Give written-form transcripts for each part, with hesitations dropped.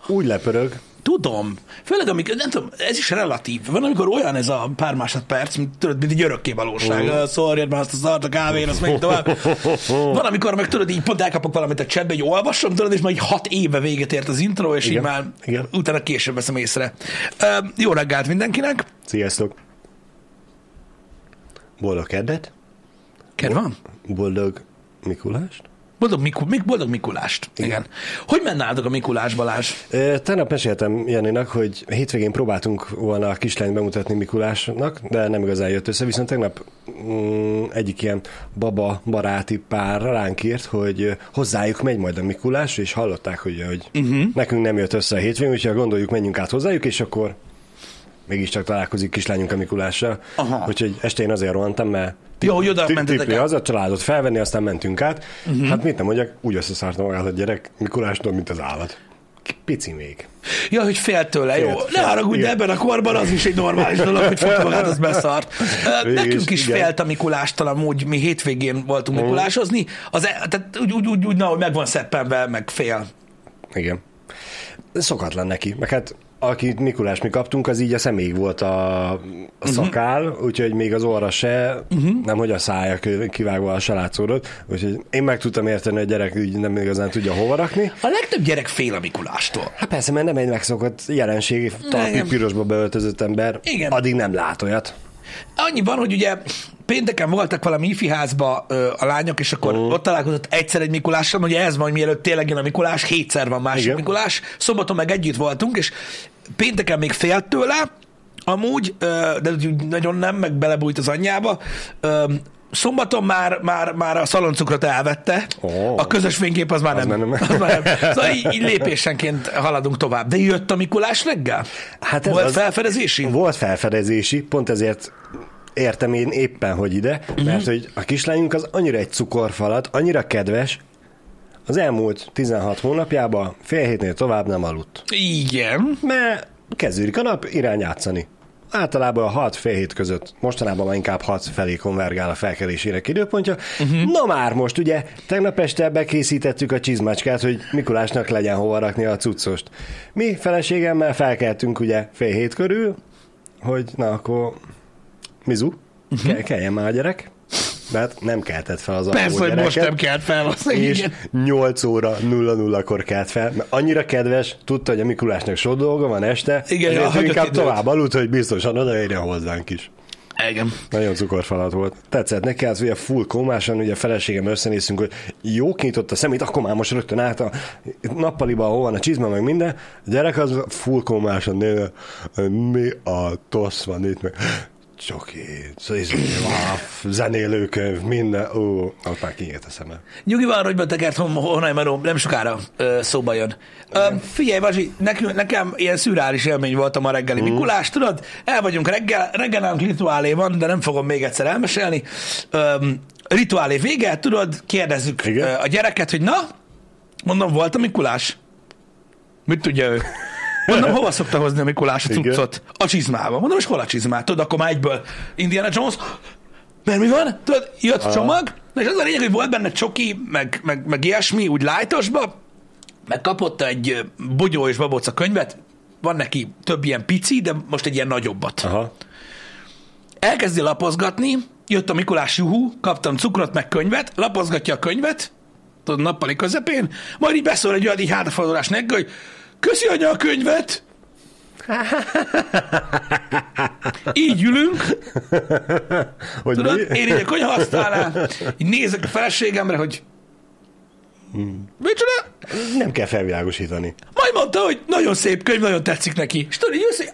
úgy lepörög. Tudom. Főleg, amikor, nem tudom, ez is relatív. Van, amikor olyan ez a pár másodperc, mint egy örökké valóság. Szórjad már azt a szart a kávén, azt megy tovább. Van, amikor meg tudod, így pont elkapok valamit a chatbe, így olvasom, tudod, és majd 6 éve véget ért az intro, és igen, így már utána később veszem észre. Jó reggelt mindenkinek. Sziasztok. Boldog keddet. Ked van? Boldog Mikulást. Boldog Mikulást. Igen. Hogy menne nálatok a Mikulás, Balázs? Tegnap meséltem Janinak, hogy hétvégén próbáltunk volna a kislányt bemutatni Mikulásnak, de nem igazán jött össze, viszont tegnap egyik ilyen baba baráti pár ránk írt, hogy hozzájuk megy majd a Mikulás, és hallották, hogy nekünk nem jött össze a hétvégén, úgyhogy gondoljuk, menjünk át hozzájuk, és akkor mégiscsak találkozik kislányunk a Mikulással. Úgyhogy estén azért rohantam, mert tipli az a családot felvenni, aztán mentünk át. Hát mit nem mondjak, úgy összeszárta magát a gyerek Mikulástól, mint az állat. Pici még. Ja, hogy fél tőle, jó. Ne haragudj, de ebben a korban az is egy normális dolog, hogy fogta magát, az beszart. Nekünk is félt a Mikulástól, amúgy mi hétvégén voltunk Mikulásozni, tehát úgy hogy meg van szeppenve, meg fél. Igen. Szokatlan neki, meg hát akit Mikulás mi kaptunk, az így a személyig volt a szakál, úgyhogy még az orra se, nemhogy a szája kivágva se látszódott, úgyhogy én meg tudtam érteni, hogy a gyerek így nem igazán tudja hova rakni. A legtöbb gyerek fél a Mikulástól. Hát persze, mert nem egy megszokott jelenség, talpig pirosba beöltözött ember, igen. Addig nem lát olyat. Annyi van, hogy ugye pénteken voltak valami ifiházba a lányok, és akkor ott találkozott egyszer egy Mikulással, ugye ez van, hogy mielőtt tényleg jön a Mikulás, 7-szer van másik igen. Mikulás, szombaton meg együtt voltunk, és pénteken még félt tőle, amúgy, de nagyon nem, meg belebújt az anyjába, szombaton már a szaloncukrot elvette, a közös fénykép az már nem. Szóval így lépésenként haladunk tovább. De jött a Mikulás reggel? Hát volt felfedezési? Volt felfedezési, pont ezért értem én éppen, hogy ide, mert hogy a kislányunk az annyira egy cukorfalat, annyira kedves, az elmúlt 16 hónapjában fél hétnél tovább nem aludt. Igen. Mert kezdődik a nap, irány játszani. Általában a 6 fél hét között, mostanában már inkább 6 felé konvergál a felkelésének időpontja. Na már most, ugye, tegnap este bekészítettük a csizmacskát, hogy Mikulásnak legyen hova rakni a cuccost. Mi feleségemmel felkeltünk ugye fél hét körül, hogy na akkor Mizu, keljen már a gyerek, mert nem keltett fel az persze, hogy most nem kelt fel. És 8 óra 00-kor kelt fel, mert annyira kedves, tudta, hogy a Mikulásnak sok dolga van este, igen, inkább tovább aludt, hogy biztosan odaérjen hozzánk is. Igen. Nagyon cukorfalat volt. Tetszett neki, az ugye full kómásan, ugye a feleségem összenézünk, hogy jó kinyitott a szemét, akkor már most rögtön át a nappaliba, ahol van a csizma, meg minden. A gyerek az full kómásan nél, mi a tosz van itt, meg csoki, zenélőkönyv, minden, ott már kinyílt a szeme. Nyugi van, hogy betekert Honai nem sokára szóba jön. Figyelj, Bazsi, nekem ilyen szürreális élmény volt a ma reggeli Mikulás, tudod? El vagyunk reggel nálunk rituálé van, de nem fogom még egyszer elmesélni. Rituálé vége, tudod, kérdezzük a gyereket, hogy na, mondom, volt a Mikulás? Mit tudja ő? Mondom, hova szokta hozni a Mikulás a cuccot? A csizmába. Mondom, és hol a csizmát? Tudod, akkor már egyből Indiana Jones. Mert mi van? Tudod, jött csomag, és az a lényeg, hogy volt benne csoki, meg ilyesmi, úgy lájtosba, meg kapott egy Bogyó és Babóca könyvet, van neki több ilyen pici, de most egy ilyen nagyobbat. Aha. Elkezdi lapozgatni, jött a Mikulás juhú, kaptam cukrot, meg könyvet, lapozgatja a könyvet, tudod, nappali közepén, majd így beszól egy olyan így hátrafordulás nélkül, hogy köszi anya a könyvet! Így ülünk. Hogy tudod, mi? én így a konyhaasztalnál, így nézek a feleségemre, hogy micsoda? Nem kell felvilágosítani. Majd mondta, hogy nagyon szép könyv, nagyon tetszik neki. És tudod, így jössz,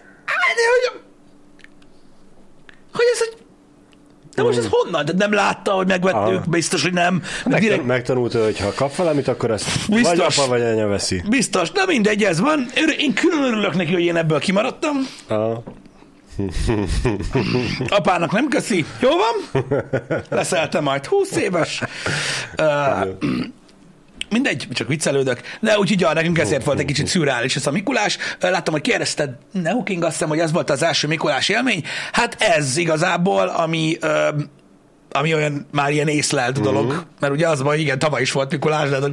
hogy ez egy... De most ez honnan? De nem látta, hogy megvettük, biztos, hogy nem. Megtanulta, hogy ha kap valamit, akkor azt biztos, vagy apa, vagy anya veszi. Biztos, na mindegy, ez van. Én külön örülök neki, hogy én ebből kimaradtam. Apának nem köszi. Jó van? Leszeltem majd 20 éves. Mindegy, csak viccelődök. De úgyhogy nekünk ezért volt egy kicsit szürreális ez a Mikulás. Láttam, hogy kérdezted Neuking, azt hiszem, hogy ez volt az első Mikulás élmény. Hát ez igazából, ami ami olyan már ilyen észlelt dolog, mert ugye az van, igen, tavaly is volt Mikulás, de hát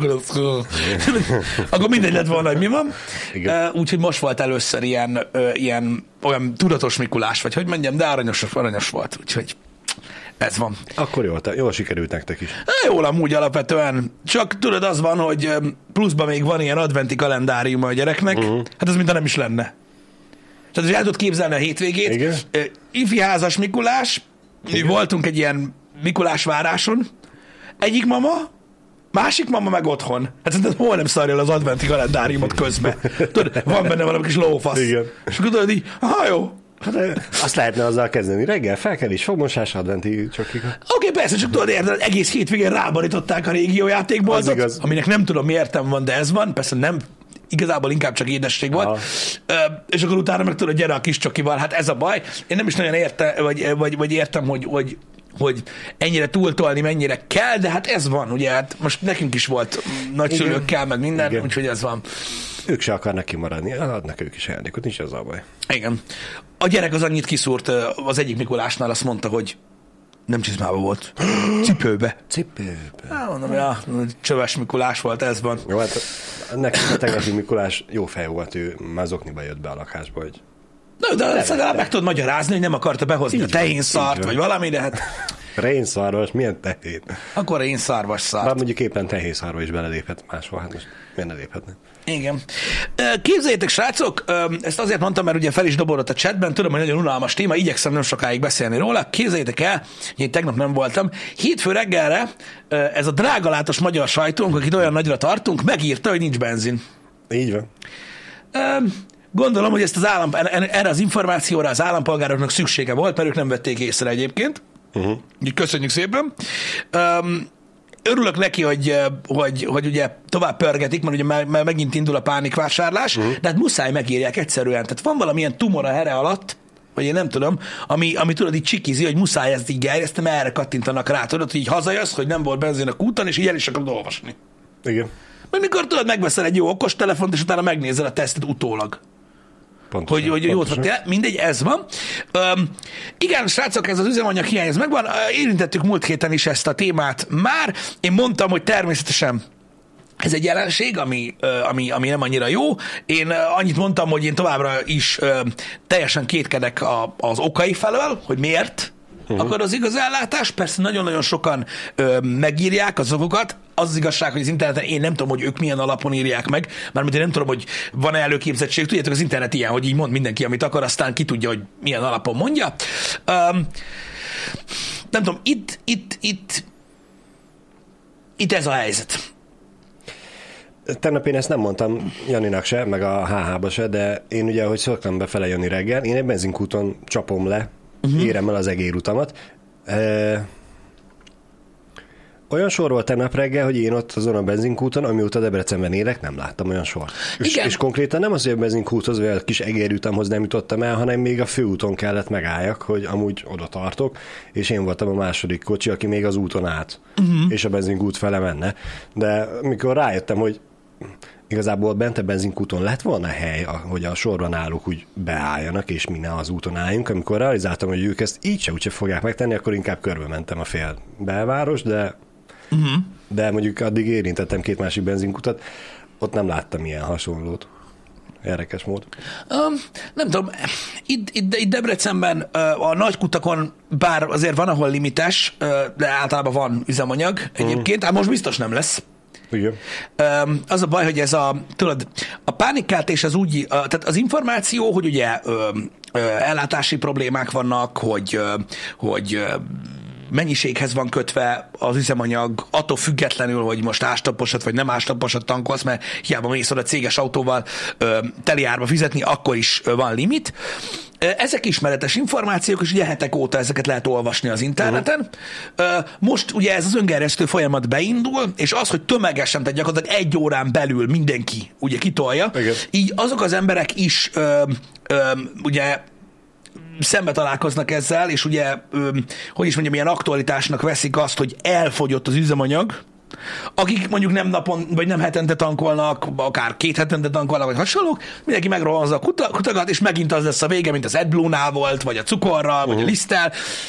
akkor mindegy lett volna, hogy mi van. Úgyhogy most volt először ilyen olyan tudatos Mikulás, vagy hogy mondjam, de aranyos volt, úgyhogy ez van. Akkor jól sikerült nektek is. Jól amúgy alapvetően. Csak tudod, az van, hogy pluszban még van ilyen adventi kalendárium a gyereknek, hát az mintha nem is lenne. Tehát, hogy el tudod képzelni a hétvégét. Igen. Ifi házas Mikulás, mi voltunk egy ilyen Mikulás váráson, egyik mama, másik mama meg otthon. Hát szerintem hol nem szarjál az adventi kalendáriumot közben. Tudod, van benne valami kis lófasz. Igen. És akkor tudod így, jó. Hát, azt lehetne azzal kezdeni. Reggel felkelés, fogmosás, adventi csokika. Oké, persze, csak tudod, érted, egész hétvégén ráborították a régiójátékboltot, aminek nem tudom, mi értem van, de ez van. Persze nem, igazából inkább csak édesség volt. És akkor utána meg tudod, gyere a kis csokival. Hát ez a baj. Én nem is nagyon értem, hogy ennyire túltolni mennyire kell, de hát ez van, ugye, hát most nekünk is volt nagyszülőkkel, meg minden, úgyhogy ez van. Ők se akarnak kimaradni, adnak ők is ajándékot, nincs az a baj. Igen. A gyerek az annyit kiszúrt az egyik Mikulásnál, azt mondta, hogy nem csizmába volt. Cipőbe. Mondom, csöves Mikulás volt, ez van. Jó, hát nekem a tegnapi Mikulás jó fej volt, ő már zokniba jött be a lakásba, hogy... Na, de ezt legalább meg tudod magyarázni, hogy nem akarta behozni a tehénszart, vagy valami, de hát... Rénszarvas, milyen tehén? Akkor rénszarvas szart. Bár mondjuk éppen tehénszarva is beleléphet máshol, hát most miért ne léphetne? Igen. Képzeljétek, srácok, ezt azért mondtam, mert ugye fel is dobódott a chatben, tudom, hogy nagyon unalmas téma, igyekszem nem sokáig beszélni róla. Képzeljétek el, hogy én tegnap nem voltam. Hétfő reggelre ez a drágalátos magyar sajtónk, akit olyan nagyra tartunk, megírta, hogy nincs benzin. Így van. Gondolom, hogy ezt erre az információra az állampolgároknak szüksége volt, mert ők nem vették észre egyébként. Úgy köszönjük szépen. Örülök neki, hogy ugye tovább pörgetik, mert ugye már megint indul a pánikvásárlás, de hát muszáj megírják egyszerűen. Tehát van valamilyen tumor a here alatt, vagy én nem tudom, ami tudod így csikizi, hogy muszáj ezt így gerjeszteni, mert erre kattintanak rá, tudod, hogy így hazajössz, hogy nem volt benzin a kúton, és így el is akarod olvasni. Igen. Mert mikor tudod, megveszel egy jó okos telefont, és utána megnézel a tesztet utólag. Pontosan, hogy jót vettél. Mindegy, ez van. Igen, srácok, ez az üzemanyag hiány, ez megvan. Érintettük múlt héten is ezt a témát már. Én mondtam, hogy természetesen ez egy jelenség, ami nem annyira jó. Én annyit mondtam, hogy én továbbra is teljesen kétkedek az okai felől, hogy miért akar az igaz ellátás. Persze nagyon-nagyon sokan megírják az okokat. Az igazság, hogy az interneten én nem tudom, hogy ők milyen alapon írják meg, mármint én nem tudom, hogy van-e előképzettség. Tudjátok, az internet ilyen, hogy így mond mindenki, amit akar, aztán ki tudja, hogy milyen alapon mondja. Nem tudom, itt ez a helyzet. Tegnap én ezt nem mondtam Janinak se, meg a HH-ba se, de én ugye, hogy szoktam befele jönni reggel, én egy benzinkúton csapom le, érem el az egérutamat. Olyan sor volt tegnap reggel, hogy én ott azon a benzinkúton, amióta Debrecenben élek, nem láttam olyan sort. És konkrétan nem az, hogy a benzinkúthoz, vagy a kis egérjutamhoz nem jutottam el, hanem még a főúton kellett megálljak, hogy amúgy oda tartok, és én voltam a második kocsi, aki még az úton állt, és a benzinkút fele menne. De mikor rájöttem, hogy igazából bent a benzinkúton lett volna hely, hogy a sorban állók úgy beálljanak, és mi ne az úton álljunk. Amikor realizáltam, hogy ők ezt így se úgyse fogják megtenni, akkor inkább körbe mentem a fél belváros, de mondjuk addig érintettem két másik benzinkutat, ott nem láttam ilyen hasonlót. Érdekes mód. Nem tudom, itt Debrecenben a nagy kutakon, bár azért van, ahol limites, de általában van üzemanyag egyébként, hát most biztos nem lesz. Igen. Az a baj, hogy ez a pánikkeltés az úgy, tehát az információ, hogy ugye ellátási problémák vannak, hogy mennyiséghez van kötve az üzemanyag, attól függetlenül, hogy most ástaposat vagy nem ástaposat tankolsz, mert hiába mész oda céges autóval teli árba fizetni, akkor is van limit. Ezek ismeretes információk, és ugye hetek óta ezeket lehet olvasni az interneten. Most ugye ez az öngerjesztő folyamat beindul, és az, hogy tömegesen, tehát gyakorlatilag egy órán belül mindenki ugye kitolja, igen. Így azok az emberek is ugye szembe találkoznak ezzel, és ugye, hogy is mondjam, ilyen aktualitásnak veszik azt, hogy elfogyott az üzemanyag, akik mondjuk nem napon, vagy nem hetente tankolnak, akár 2 hetente tankolnak, vagy hasonlók, mindenki megrohanza a kutakat, és megint az lesz a vége, mint az AdBlue-nál volt, vagy a cukorral, vagy a liszttel.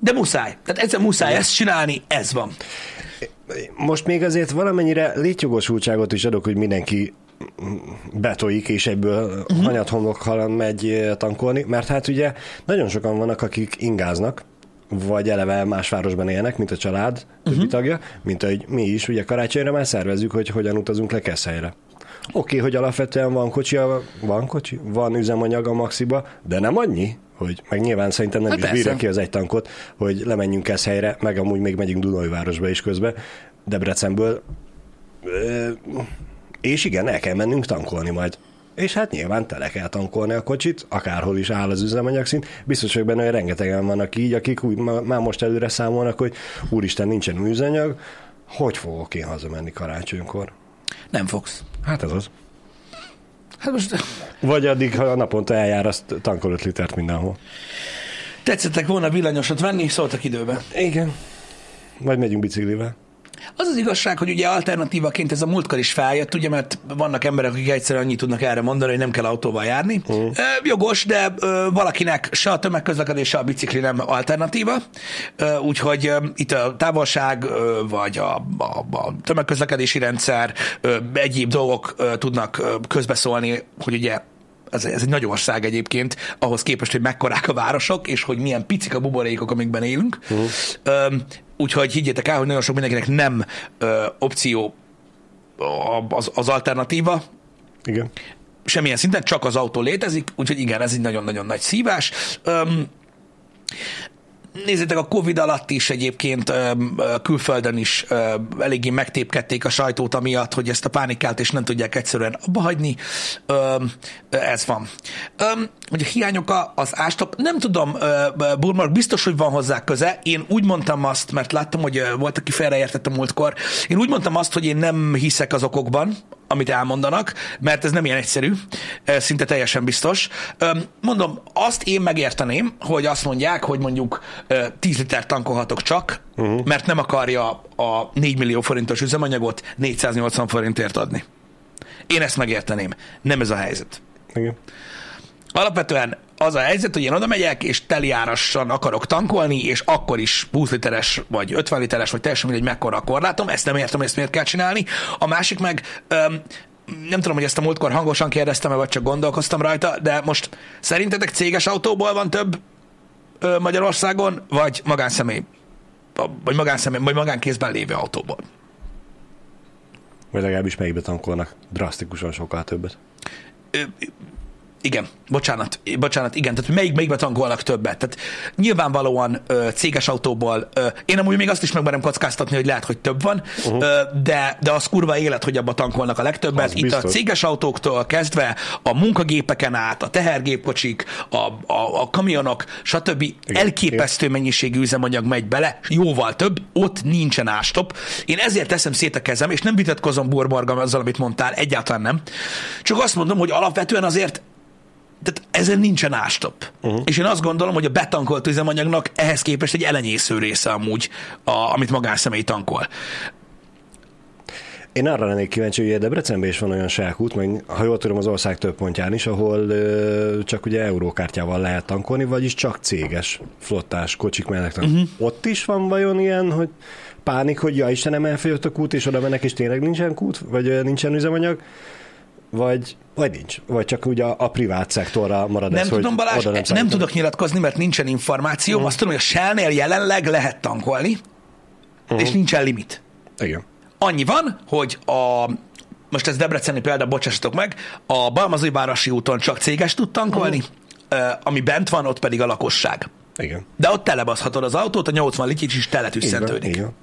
De muszáj. Tehát egyszer muszáj ezt csinálni, ez van. Most még azért valamennyire létjogosultságot is adok, hogy mindenki betoljik, és ebből hanyathomlokkal megy tankolni, mert hát ugye nagyon sokan vannak, akik ingáznak, vagy eleve más városban élnek, mint a család többi tagja, mint ahogy mi is, ugye karácsonyra már szervezzük, hogy hogyan utazunk le Keszthelyre. Oké, hogy alapvetően van üzemanyag a Maxiba, de nem annyi, hogy meg nyilván szerintem nem is bírja ki az egy tankot, hogy lemenjünk Keszthelyre, meg amúgy még megyünk Dunaújvárosba is közben, Debrecenből, és igen, el kell mennünk tankolni majd. És hát nyilván tele kell tankolni a kocsit, akárhol is áll az üzemanyagszint. Biztos, hogy benne, hogy rengetegen vannak így, akik úgy már most előre számolnak, hogy úristen, nincsen üzemanyag, hogy fogok én hazamenni karácsonykor? Nem fogsz. Hát ez az. Hát most... Vagy addig, ha naponta eljár, azt tankol 5 litert mindenhol. Tetszettek volna villanyosat venni, szóltak időben. Igen. Vagy megyünk biciklivel. Az az igazság, hogy ugye alternatívaként ez a múltkor is feljött, ugye, mert vannak emberek, akik egyszerűen annyit tudnak erre mondani, hogy nem kell autóval járni. Jogos, de valakinek se a tömegközlekedés, se a bicikli nem alternatíva, úgyhogy itt a távolság, vagy a tömegközlekedési rendszer, egyéb dolgok tudnak közbeszólni, hogy ugye ez egy nagy ország egyébként, ahhoz képest, hogy mekkorák a városok, és hogy milyen picik a buborékok, amikben élünk. Úgyhogy higgyétek el, hogy nagyon sok mindenkinek nem opció az alternatíva. Igen. Semmilyen szinten, csak az autó létezik, úgyhogy igen, ez egy nagyon-nagyon nagy szívás. Nézzétek, a Covid alatt is egyébként külföldön is eléggé megtépkedték a sajtót amiatt, hogy ezt a pánikát és nem tudják egyszerűen abba hagyni. Ez van. Hogy a hiányok az ástop, nem tudom, Burmark, biztos, hogy van hozzá köze. Én úgy mondtam azt, mert láttam, hogy volt, aki félreértett a múltkor. Én úgy mondtam azt, hogy én nem hiszek az okokban, amit elmondanak, mert ez nem ilyen egyszerű, szinte teljesen biztos. Mondom, azt én megérteném, hogy azt mondják, hogy mondjuk 10 liter tankolhatok csak, mert nem akarja a 4 millió forintos üzemanyagot 480 forintért adni. Én ezt megérteném. Nem ez a helyzet. Igen. Alapvetően az a helyzet, hogy én oda megyek, és teliárasan akarok tankolni, és akkor is 20 literes, vagy 50 literes, vagy teljesen mindegy, mekkora a korlátom. Ezt nem értem, ezt miért kell csinálni. A másik meg, nem tudom, hogy ezt a múltkor hangosan kérdeztem, vagy csak gondolkoztam rajta, de most szerintetek céges autóból van több Magyarországon, vagy magánszemély, vagy magánkézben lévő autóból? Vagy legalábbis melyikbe tankolnak drasztikusan sokkal többet. Igen, bocsánat, igen, tehát melyikbe tankolnak többet. Tehát nyilvánvalóan céges autóból, én amúgy még azt is megmerem kockáztatni, hogy lehet, hogy több van, de az kurva élet, hogy abba tankolnak a legtöbbet. Az itt biztos. A céges autóktól kezdve a munkagépeken át, a tehergépkocsik, a kamionok, stb. Igen, elképesztő mennyiségű üzemanyag megy bele, jóval több, ott nincsen ástop. Én ezért teszem szét a kezem, és nem vitatkozom Burmargam azzal, amit mondtál, egyáltalán nem. Csak azt mondom, hogy alapvetően azért tehát ezen nincsen ástop. És én azt gondolom, hogy a betankolt üzemanyagnak ehhez képest egy elenyésző része amúgy, amit magánszemély tankol. Én arra lennék kíváncsi, hogy Debrecenben is van olyan sákút, meg ha jól tudom, az ország több pontján is, ahol csak ugye eurókártyával lehet tankolni, vagyis csak céges, flottás kocsik mennek. Ott is van vajon ilyen, hogy pánik, hogy ja Istenem, elfogyott a kút, és oda mennek, és tényleg nincsen kút, vagy nincsen üzemanyag? Vagy nincs. Vagy csak ugye a privát szektorra marad nem ez, tudom, hogy Balázs, oda nem tudok nyilatkozni, mert nincsen információ. Azt tudom, hogy a Shell-nél jelenleg lehet tankolni, és nincsen limit. Igen. Annyi van, hogy most ez debreceni példa, bocsássatok meg, a Balmazújvárosi úton csak céges tud tankolni, ami bent van, ott pedig a lakosság. Igen. De ott telebaszhatod az autót, a 80 lityics is teletüsszentődik. Igen.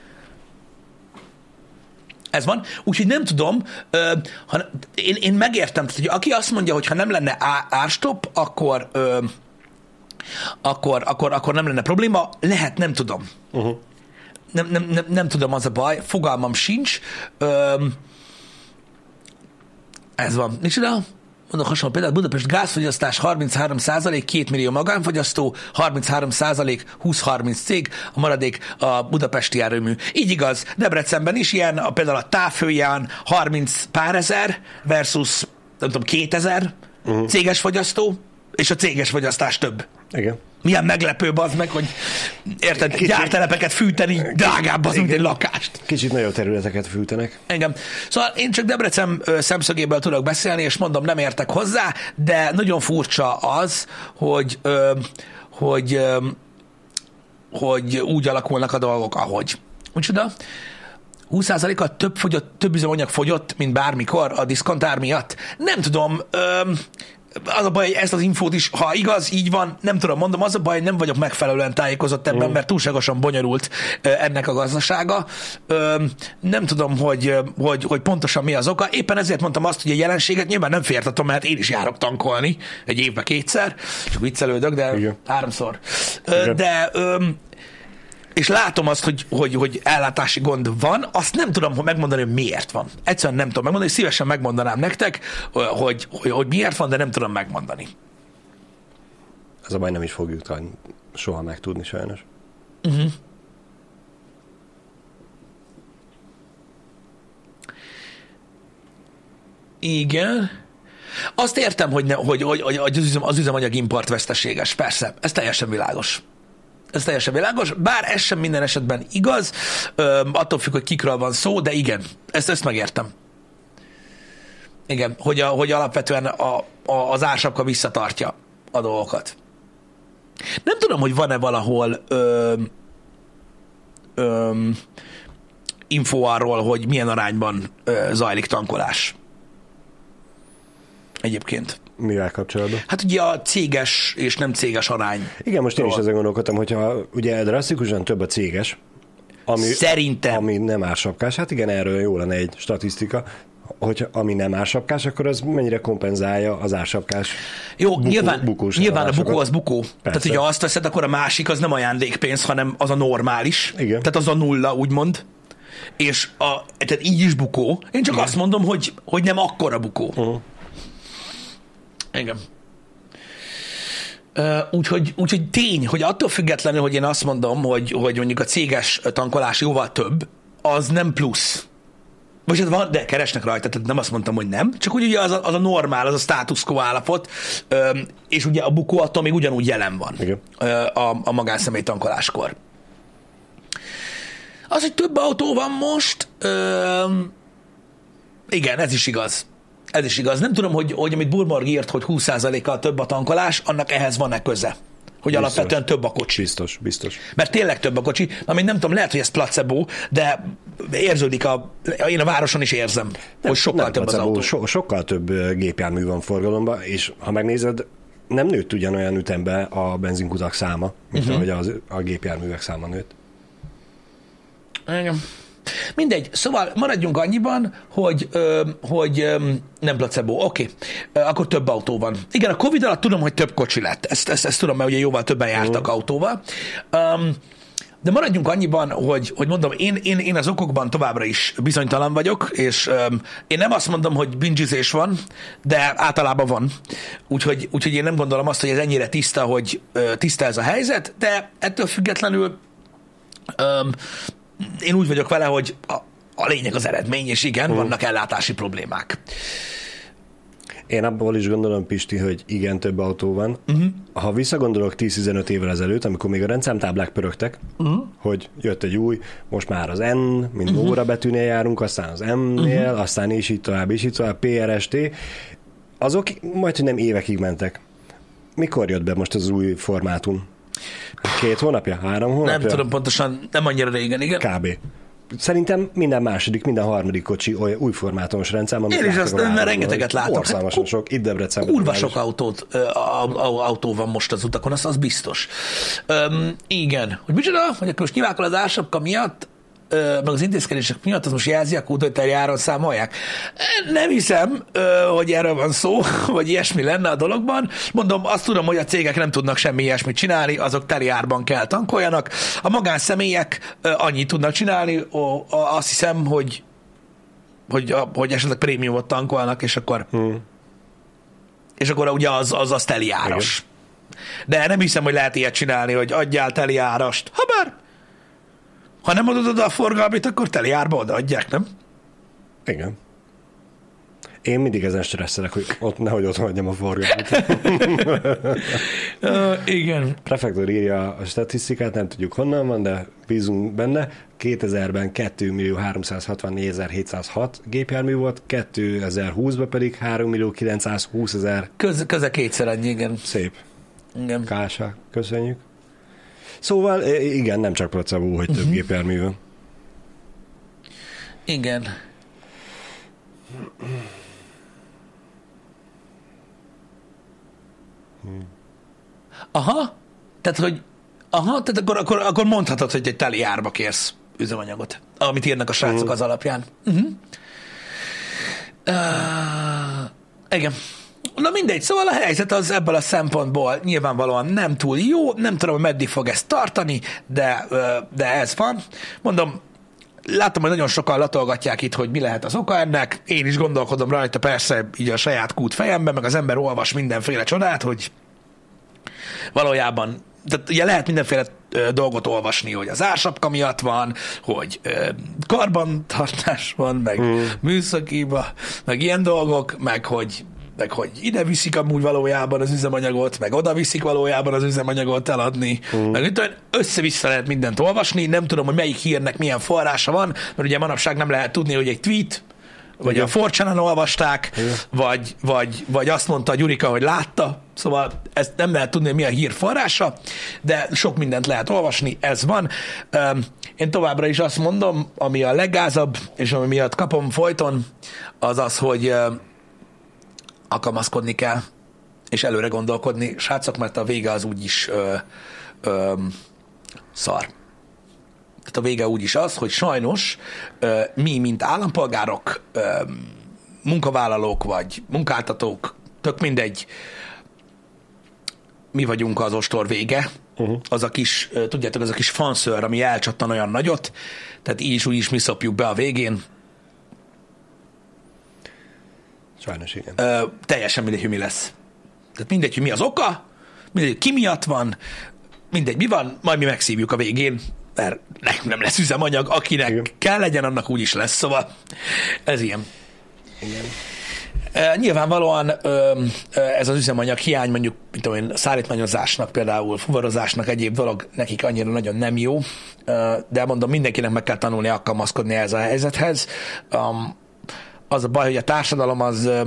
Ez van. Úgyhogy nem tudom, én megértem, tehát, hogy aki azt mondja, hogy ha nem lenne árstop, akkor nem lenne probléma. Lehet, nem tudom. Nem tudom, az a baj. Fogalmam sincs. Ez van. Nincs ide? Mondok hasonló példát, Budapest gázfogyasztás 33%, 2 millió magánfogyasztó, 33%, 20-30 cég, a maradék a budapesti erőmű. Így igaz, Debrecenben is ilyen, például a távhőján 30 pár ezer versus, nem tudom, 2000 céges fogyasztó, és a céges fogyasztás több. Igen. Milyen meglepő, bazd meg, hogy érted, gyártelepeket fűteni drágább az, mint egy lakást. Kicsit nagyobb területeket fűtenek. Engem. Szóval én csak Debrecen szemszögéből tudok beszélni, és mondom, nem értek hozzá, de nagyon furcsa az, hogy úgy alakulnak a dolgok, ahogy. Úgyhogy 20%-kal több üzemanyag fogyott, mint bármikor a diszkontár miatt. Nem tudom, az a baj, hogy ezt az infót is, ha igaz, így van, nem tudom, mondom, az a baj, hogy nem vagyok megfelelően tájékozott ebben, mert túlságosan bonyolult ennek a gazdasága. Nem tudom, hogy pontosan mi az oka. Éppen ezért mondtam azt, hogy a jelenséget nyilván nem féltatom, mert én is járok tankolni egy évben 2-szer, csak viccelődök, de igen. 3-szor. De és látom azt, hogy ellátási gond van, azt nem tudom megmondani, hogy miért van. Egyszerűen nem tudom megmondani, szívesen megmondanám nektek, hogy miért van, de nem tudom megmondani. Ez a baj, nem is fogjuk soha megtudni, sajnos. Uh-huh. Igen. Azt értem, hogy az üzemanyag import veszteséges. Persze, ez teljesen világos. Ez teljesen világos, bár ez sem minden esetben igaz, attól függ, hogy kikről van szó, de igen, ezt megértem. Igen, hogy alapvetően az ársapka visszatartja a dolgokat. Nem tudom, hogy van-e valahol info arról, hogy milyen arányban zajlik tankolás. Egyébként. Mivel kapcsolatban? Hát ugye a céges és nem céges arány. Igen, most én is ezen gondolkodtam, hogyha ugye drasztikusan több a céges, ami nem ársapkás, hát igen, erről jó lenne egy statisztika, hogy ami nem ársapkás, akkor az mennyire kompenzálja az ársapkás nyilván a bukó az bukó. Persze. Tehát, hogyha azt veszed, akkor a másik az nem ajándékpénz, hanem az a normális. Igen. Tehát az a nulla, úgymond. És tehát így is bukó. Én csak azt mondom, hogy nem akkora bukó. Uh-huh. Igen. Úgyhogy tény, hogy attól függetlenül, hogy én azt mondom, hogy mondjuk a céges tankolás jóval több, az nem plusz. Most hát van, de keresnek rajta, tehát nem azt mondtam, hogy nem, csak úgy ugye az a normál, az a status quo állapot, és ugye a bukó attól még ugyanúgy jelen van. Igen. A magánszemély tankoláskor. Az, hogy több autó van most, igen, ez is igaz. Ez is igaz. Nem tudom, hogy amit Burmorg írt, hogy 20%-kal több a tankolás, annak ehhez van-e köze? Hogy biztos. Alapvetően több a kocsi. Biztos. Mert tényleg több a kocsi. Amit nem tudom, lehet, hogy ez placebo, de érződik én a városon is érzem, hogy sokkal több placebo, az autó. Sokkal több gépjármű van forgalomban, és ha megnézed, nem nőtt ugyanolyan ütembe a benzinkutak száma, mint ahogy a gépjárművek száma nőtt. Igen. Mindegy, szóval maradjunk annyiban, hogy nem placebo, oké. Akkor több autó van. Igen, a Covid alatt tudom, hogy több kocsi lett. Ezt tudom, mert ugye jóval többen jártak autóval. De maradjunk annyiban, hogy mondom, én az okokban továbbra is bizonytalan vagyok, és én nem azt mondom, hogy bingizés van, de általában van. Úgyhogy én nem gondolom azt, hogy ez ennyire tiszta ez a helyzet, de ettől függetlenül én úgy vagyok vele, hogy a lényeg az eredmény, és igen, vannak ellátási problémák. Én abból is gondolom, Pisti, hogy igen, több autó van. Ha visszagondolok 10-15 évvel ezelőtt, amikor még a rendszámtáblák pörögtek, hogy jött egy új, most már az N, mint óra betűnél járunk, aztán az M-nél, aztán és így tovább, PRST, azok majd, hogy nem évekig mentek. Mikor jött be most az új formátum? 2 hónapja? 3 hónapja? Nem tudom pontosan, nem annyira régen, igen. Kb. Szerintem minden második, minden harmadik kocsi új formátumos rendszám. Én is azt mert rengeteget látok. Országosan sok, itt Debrecenben. Kurva sok autó van most az utakon, az biztos. Igen. Hogy micsoda, hogy akkor most kivágol az ársapka miatt, meg az intézkedések miatt, az most jelzi a kút, hogy terjáron számolják. Nem hiszem, hogy erről van szó, vagy ilyesmi lenne a dologban. Mondom, azt tudom, hogy a cégek nem tudnak semmi ilyesmit csinálni, azok terjárban kell tankoljanak. A magánszemélyek annyit tudnak csinálni, azt hiszem, hogy esetleg prémiumot tankolnak, és akkor ugye az teli áras. De nem hiszem, hogy lehet ilyet csinálni, hogy adjál teli árast. Ha nem adod oda a forgalmit, akkor teli árba odaadják, nem? Igen. Én mindig ezen stresszelek, hogy nehogy otthon hagyjam a forgalmat. Igen. Prefektor írja a statisztikát, nem tudjuk honnan van, de bízunk benne. 2000-ben 2.364.706 gépjármű volt, 2020-ban pedig 3.920.000. Köze kétszer annyi, igen. Szép. Igen. Kása, köszönjük. Szóval igen, nem csak placebo, hogy több gépjármű van. Igen. Aha, tehát akkor mondhatod, hogy egy teli árba kérsz üzemanyagot, amit írnak a srácok az alapján. Igen. Na mindegy, szóval a helyzet az ebből a szempontból nyilvánvalóan nem túl jó, nem tudom, hogy meddig fog ezt tartani, de ez van. Mondom, látom, hogy nagyon sokan latolgatják itt, hogy mi lehet az oka ennek. Én is gondolkodom rajta, persze, így a saját kút fejemben, meg az ember olvas mindenféle csodát, hogy valójában, tehát ugye lehet mindenféle dolgot olvasni, hogy az ársapka miatt van, hogy karbantartás van, meg műszakiba, meg ilyen dolgok, meg hogy ide viszik amúgy valójában az üzemanyagot, meg oda viszik valójában az üzemanyagot eladni, meg mint össze-vissza lehet mindent olvasni, nem tudom, hogy melyik hírnek milyen forrása van, mert ugye manapság nem lehet tudni, hogy egy tweet, vagy igen, a 4chanen olvasták, vagy azt mondta a Gyurika, hogy látta, szóval ezt nem lehet tudni, hogy mi a hír forrása, de sok mindent lehet olvasni, ez van. Én továbbra is azt mondom, ami a leggázabb, és ami miatt kapom folyton, az az, hogy alkalmazkodni kell, és előre gondolkodni, srácok, mert a vége az úgyis szar. Tehát a vége úgyis az, hogy sajnos mi, mint állampolgárok, munkavállalók vagy munkáltatók, tök mindegy, mi vagyunk az ostor vége, az a kis, tudjátok, az a kis fanszőr, ami elcsattan olyan nagyot, tehát így is úgy is mi szopjuk be a végén. Sajnos igen. Teljesen mindegy, hogy mi lesz. Tehát mindegy, hogy mi az oka, mindegy, hogy ki miatt van, mindegy, mi van, majd mi megszívjuk a végén, mert nem lesz üzemanyag, akinek igen, kell legyen, annak úgy is lesz, szóval ez ilyen. Igen. Nyilvánvalóan ez az üzemanyag hiány, mondjuk, mint olyan szállítmányozásnak, például fuvarozásnak, egyéb dolog nekik annyira nagyon nem jó, de mondom, mindenkinek meg kell tanulni alkalmazkodni ehhez a helyzethez. Az a baj, hogy a társadalom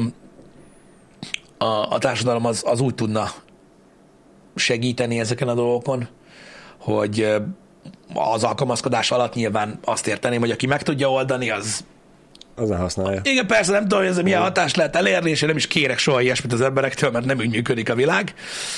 az úgy tudna segíteni ezeken a dolgokon, hogy az alkalmazkodás alatt nyilván azt érteném, hogy aki meg tudja oldani, az használja. Igen, persze nem tudom, hogy ez milyen hatást lehet elérni, és én nem is kérek soha ilyesmit az emberektől, mert nem úgy működik a világ.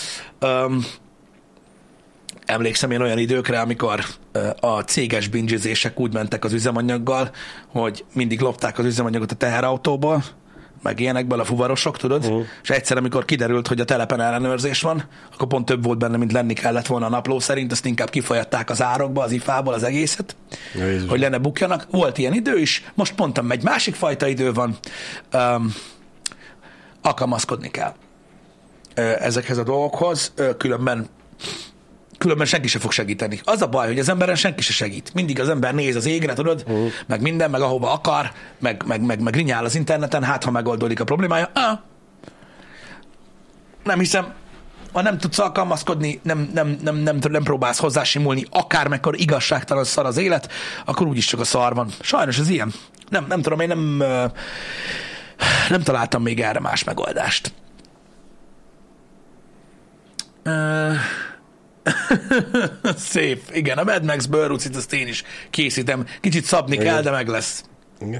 Emlékszem én olyan időkre, amikor a céges bingezések úgy mentek az üzemanyaggal, hogy mindig lopták az üzemanyagot a teherautóból, meg ilyenekből a fuvarosok, tudod? És egyszer, amikor kiderült, hogy a telepen ellenőrzés van, akkor pont több volt benne, mint lenni kellett volna a napló szerint, azt inkább kifolyatták az árokba, az ifából az egészet, hogy lenne bukjanak. Volt ilyen idő is, most pontom egy másik fajta idő van. Alkalmazkodni kell ezekhez a dolgokhoz, különben senki se fog segíteni. Az a baj, hogy az emberen senki se segít. Mindig az ember néz az égre, tudod, meg minden, meg ahova akar, meg rinyál az interneten, hát ha megoldódik a problémája. Nem hiszem, ha nem tudsz alkalmazkodni, nem próbálsz hozzásimulni, akármekkor igazságtalan szar az élet, akkor úgyis csak a szar van. Sajnos ez ilyen. Nem tudom, én nem találtam még erre más megoldást. Szép. Igen, a Mad Max bőrrucit azt én is készítem. Kicsit szabni kell, de meg lesz. Igen.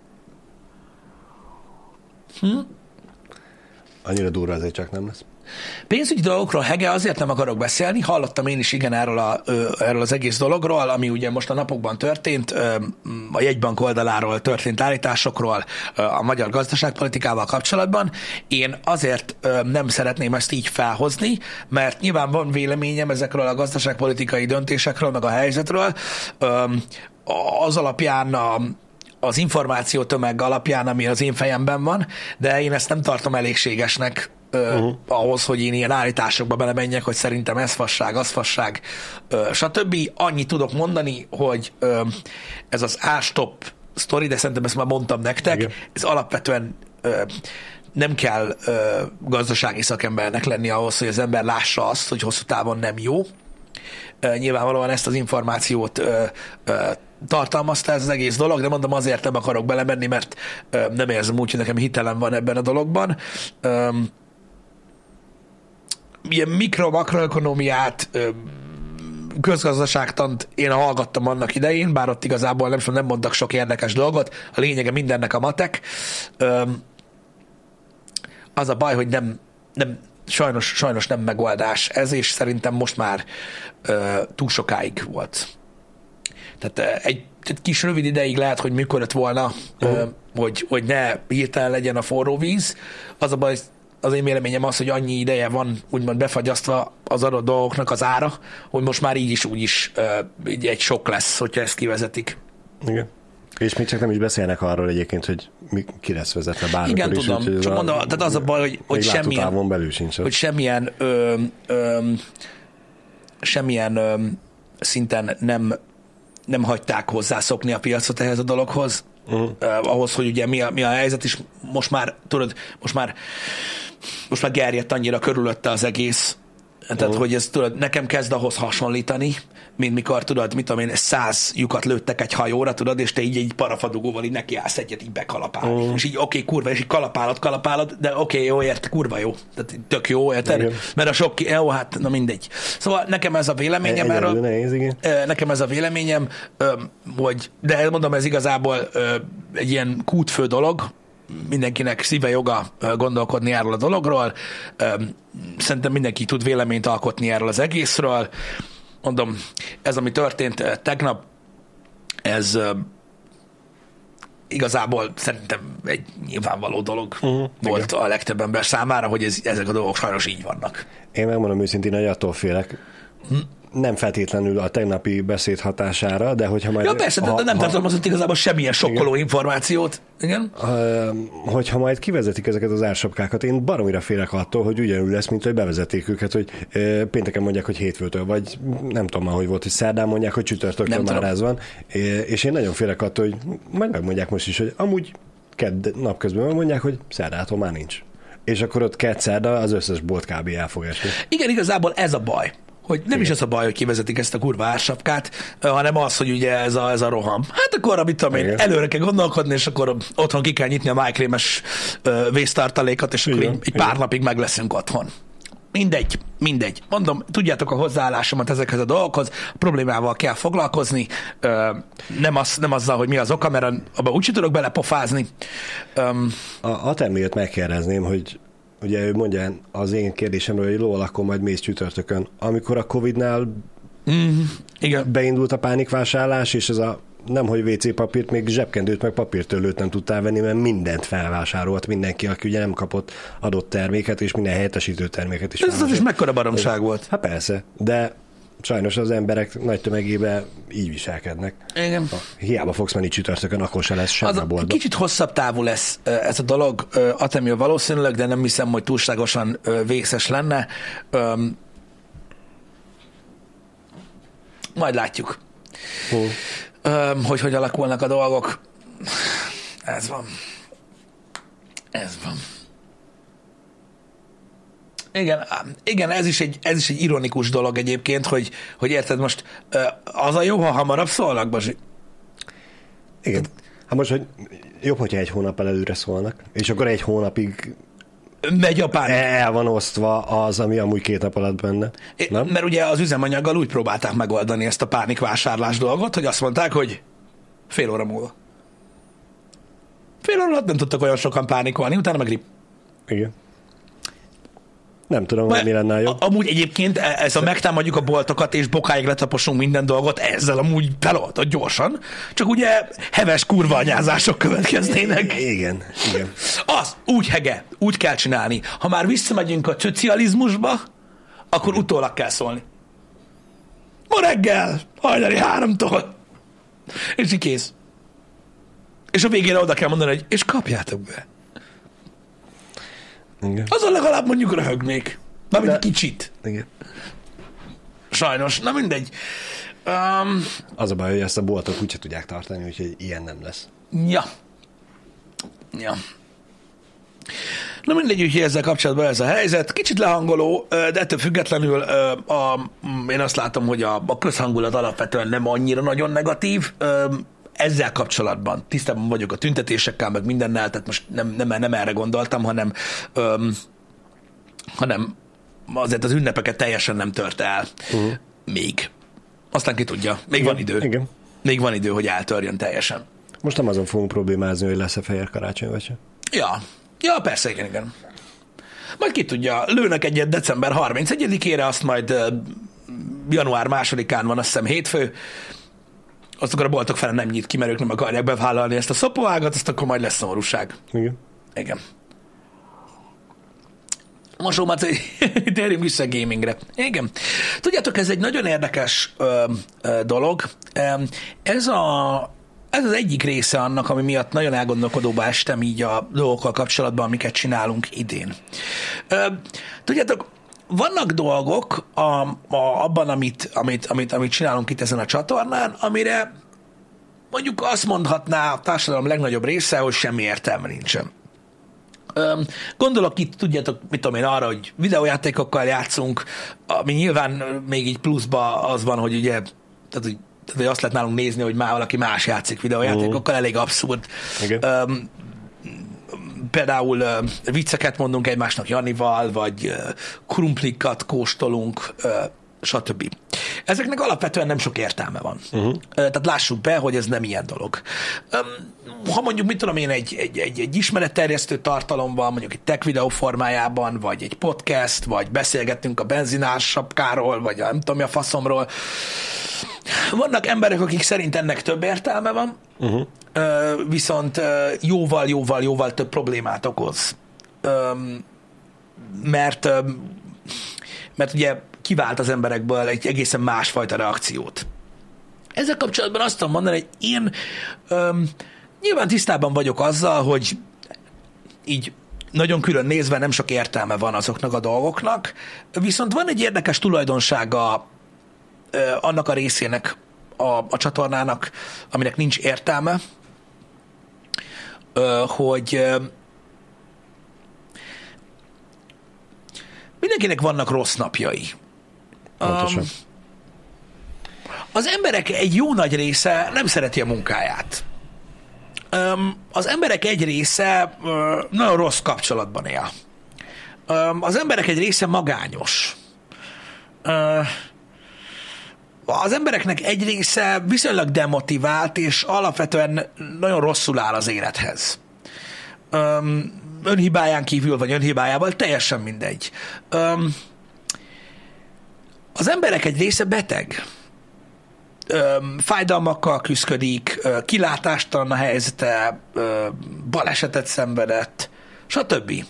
Annyira durva azért csak nem lesz. Pénzügyi dolgokról, Hege, azért nem akarok beszélni. Hallottam én is igen erről az egész dologról, ami ugye most a napokban történt, a jegybank oldaláról történt állításokról a magyar gazdaságpolitikával kapcsolatban. Én azért nem szeretném ezt így felhozni, mert nyilván van véleményem ezekről a gazdaságpolitikai döntésekről, meg a helyzetről. Az alapján az információtömeg alapján, ami az én fejemben van, de én ezt nem tartom elégségesnek ahhoz, hogy én ilyen állításokba belemenjek, hogy szerintem ez fasság, az fasság, stb. Annyit tudok mondani, hogy ez az A-stop sztori, de szerintem ezt már mondtam nektek, igen, ez alapvetően nem kell gazdasági szakembernek lenni ahhoz, hogy az ember lássa azt, hogy hosszú távon nem jó. Nyilvánvalóan ezt az információt tartalmazta ez az egész dolog, de mondom, azért nem akarok belemenni, mert nem érzem úgy, hogy nekem hitelem van ebben a dologban. Ilyen mikro-makroökonomiát, közgazdaságtant én hallgattam annak idején, bár ott igazából nem mondtak sok érdekes dolgot, a lényege mindennek a matek. Az a baj, hogy nem sajnos nem megoldás ez, és szerintem most már túl sokáig volt. Tehát egy kis rövid ideig lehet, hogy működött volna, hogy ne hirtelen legyen a forró víz. Az a baj, az én véleményem az, hogy annyi ideje van úgymond befagyasztva az adott dolgoknak az ára, hogy most már így is úgy is egy sok lesz, hogyha ezt kivezetik. Igen. És még csak nem is beszélnek arról egyébként, ki lesz vezetve bármikor. Igen, is, tudom. Csak mondom, tehát az a baj, hogy semmilyen szinten nem hagyták hozzászokni a piacot ehhez a dologhoz. Ahhoz, hogy ugye mi a helyzet, és most már, tudod, most már gerjedt annyira körülötte az egész, tehát, hogy ez, tudod, nekem kezd ahhoz hasonlítani, mint mikor, tudod, mit tudom én, 100 lyukat lőttek egy hajóra, tudod, és te így egy parafadugóval így nekiállsz egyet így bekalapálni. És így oké, kurva, és így kalapálod, de oké, jó, érte, kurva jó. Tehát tök jó, érted? Igen. Mert a sok, jó, hát, na mindegy. Szóval nekem ez a véleményem erről. Nekem ez a véleményem, hogy, de mondom, ez igazából egy ilyen kútfő dolog, mindenkinek szíve joga gondolkodni erről a dologról. Szerintem mindenki tud véleményt alkotni erről az egészről. Mondom, ez, ami történt tegnap, ez igazából szerintem egy nyilvánvaló dolog volt a legtöbb ember számára, hogy ezek a dolgok sajnos így vannak. Én megmondom őszintén, hogy attól félek. Nem feltétlenül a tegnapi beszéd hatására, de hogyha majd... Ja persze, de nem tartalmazott igazából semmilyen sokkoló információt. Igen? Hogyha majd kivezetik ezeket az ársapkákat, én baromira félek attól, hogy ugyanúgy lesz, mint hogy bevezették őket, hogy pénteken mondják, hogy hétfőtől, vagy nem tudom már, hogy volt, hogy szerdán mondják, hogy csütörtöktől már ez van. És én nagyon félek attól, hogy majd megmondják most is, hogy amúgy kedd napközben megmondják, hogy szerdától már nincs. És akkor ott kedd-szerda az összes bolt kb. El fog esni. Igen, igazából ez a baj. Hogy nem is az a baj, hogy kivezetik ezt a kurva ársapkát, hanem az, hogy ugye ez a roham. Hát akkor, amit tudom én, előre kell gondolkodni, és akkor otthon ki kell nyitni a májkrémes vésztartalékot, és akkor így pár napig meg leszünk otthon. Mindegy. Mondom, tudjátok a hozzáállásomat ezekhez a dolgokhoz, a problémával kell foglalkozni, nem azzal, hogy mi az oka, mert abban úgy tudok belepofázni. A termélet megkérdezném, hogy ugye ő mondja az én kérdésemről, hogy lól, akkor majd mész csütörtökön. Amikor a Covid-nál igen. beindult a pánikvásárlás, és ez a nem, hogy WC papírt, még zsebkendőt, meg papírtörlőt nem tudtál venni, mert mindent felvásárolt mindenki, aki ugye nem kapott adott terméket, és minden helyettesítő terméket is. Ez is mekkora baromság volt. Hát persze, de sajnos az emberek nagy tömegében így viselkednek. Igen. Hiába fogsz menni csütörtökön, akkor se lesz semmi a boltban. Kicsit hosszabb távú lesz ez a dolog, Atemio valószínűleg, de nem hiszem, hogy túlságosan vészes lenne. Majd látjuk, hogy alakulnak a dolgok. Ez van. Igen, ez is egy ironikus dolog egyébként, hogy érted most, az a jó, ha hamarabb szólnak, Bazsi? Igen. Hát most, hogy jobb, hogyha egy hónappal előre szólnak, és akkor egy hónapig megy a pánik. El van osztva az, ami amúgy 2 nap alatt benne. Mert ugye az üzemanyaggal úgy próbálták megoldani ezt a pánikvásárlás dolgot, hogy azt mondták, hogy fél óra múlva. Fél óra alatt nem tudtak olyan sokan pánikolni, utána meg Igen. Nem tudom, mi lenne jobb. Amúgy egyébként ez a megtámadjuk a boltokat, és bokáig letaposunk minden dolgot, ezzel amúgy feloldott gyorsan, csak ugye heves kurvanyázások következnének. Igen. Úgy kell csinálni. Ha már visszamegyünk a szocializmusba, akkor utólag kell szólni. Ma reggel, hajnali 3-tól. És így kész. És a végére oda kell mondani, hogy és kapjátok be. Igen. Azon legalább mondjuk röhögnék. Na, egy kicsit. Igen. Sajnos. Na mindegy. Az a baj, hogy ezt a boltok úgyse tudják tartani, úgyhogy ilyen nem lesz. Ja. Na mindegy, úgyhogy ezzel kapcsolatban ez a helyzet. Kicsit lehangoló, de ettől függetlenül én azt látom, hogy a közhangulat alapvetően nem annyira nagyon negatív. Ezzel kapcsolatban tisztában vagyok a tüntetésekkel, meg mindennel, tehát most nem erre gondoltam, hanem azért az ünnepeket teljesen nem tört el. Még. Aztán ki tudja. Még igen, van idő. Igen. Még van idő, hogy eltörjön teljesen. Most nem azon fogunk problémázni, hogy lesz-e fehér karácsony, vagy sem. Ja, persze, igen. Majd ki tudja, lőnek egyet december 31-ére, azt majd január 2-án van, azt hiszem hétfő, azt akkor a boltok fele nem nyit ki, mert ők nem akarják bevállalni ezt a szopóágat, azt akkor majd lesz szomorúság. Igen. Most Maci, térjünk vissza a gamingre. Igen. Tudjátok, ez egy nagyon érdekes dolog. Ez az egyik része annak, ami miatt nagyon elgondolkodóba estem így a dolgokkal kapcsolatban, amiket csinálunk idén. Tudjátok, vannak dolgok abban, amit csinálunk itt ezen a csatornán, amire mondjuk azt mondhatná a társadalom legnagyobb része, hogy semmi értelme nincsen. Gondolok itt, tudjátok, mit tudom én, arra, hogy videójátékokkal játszunk, ami nyilván még így pluszba az van, hogy ugye, tehát hogy azt lehet nálunk nézni, hogy már valaki más játszik videójátékokkal, elég abszurd. Például vicceket mondunk egymásnak Janival, vagy krumplikat kóstolunk, stb. Ezeknek alapvetően nem sok értelme van. Tehát lássuk be, hogy ez nem ilyen dolog. Ha mondjuk, mit tudom én, egy ismeretterjesztő tartalom van, mondjuk egy tech videó formájában, vagy egy podcast, vagy beszélgettünk a benzinás sapkáról, vagy nem tudom mi a faszomról. Vannak emberek, akik szerint ennek több értelme van, viszont jóval több problémát okoz. Mert ugye kivált az emberekből egy egészen másfajta reakciót. Ezzel kapcsolatban azt tudom mondani, hogy én nyilván tisztában vagyok azzal, hogy így nagyon külön nézve nem sok értelme van azoknak a dolgoknak, viszont van egy érdekes tulajdonsága annak a részének a csatornának, aminek nincs értelme, hogy mindenkinek vannak rossz napjai. Az emberek egy jó nagy része nem szereti a munkáját. Az emberek egy része nagyon rossz kapcsolatban él. Az emberek egy része magányos. Az embereknek egy része viszonylag demotivált, és alapvetően nagyon rosszul áll az élethez. Önhibáján kívül, vagy önhibájával, teljesen mindegy. Az emberek egy része beteg. Fájdalmakkal küszködik, kilátástalan a helyzete, balesetet szenvedett, stb.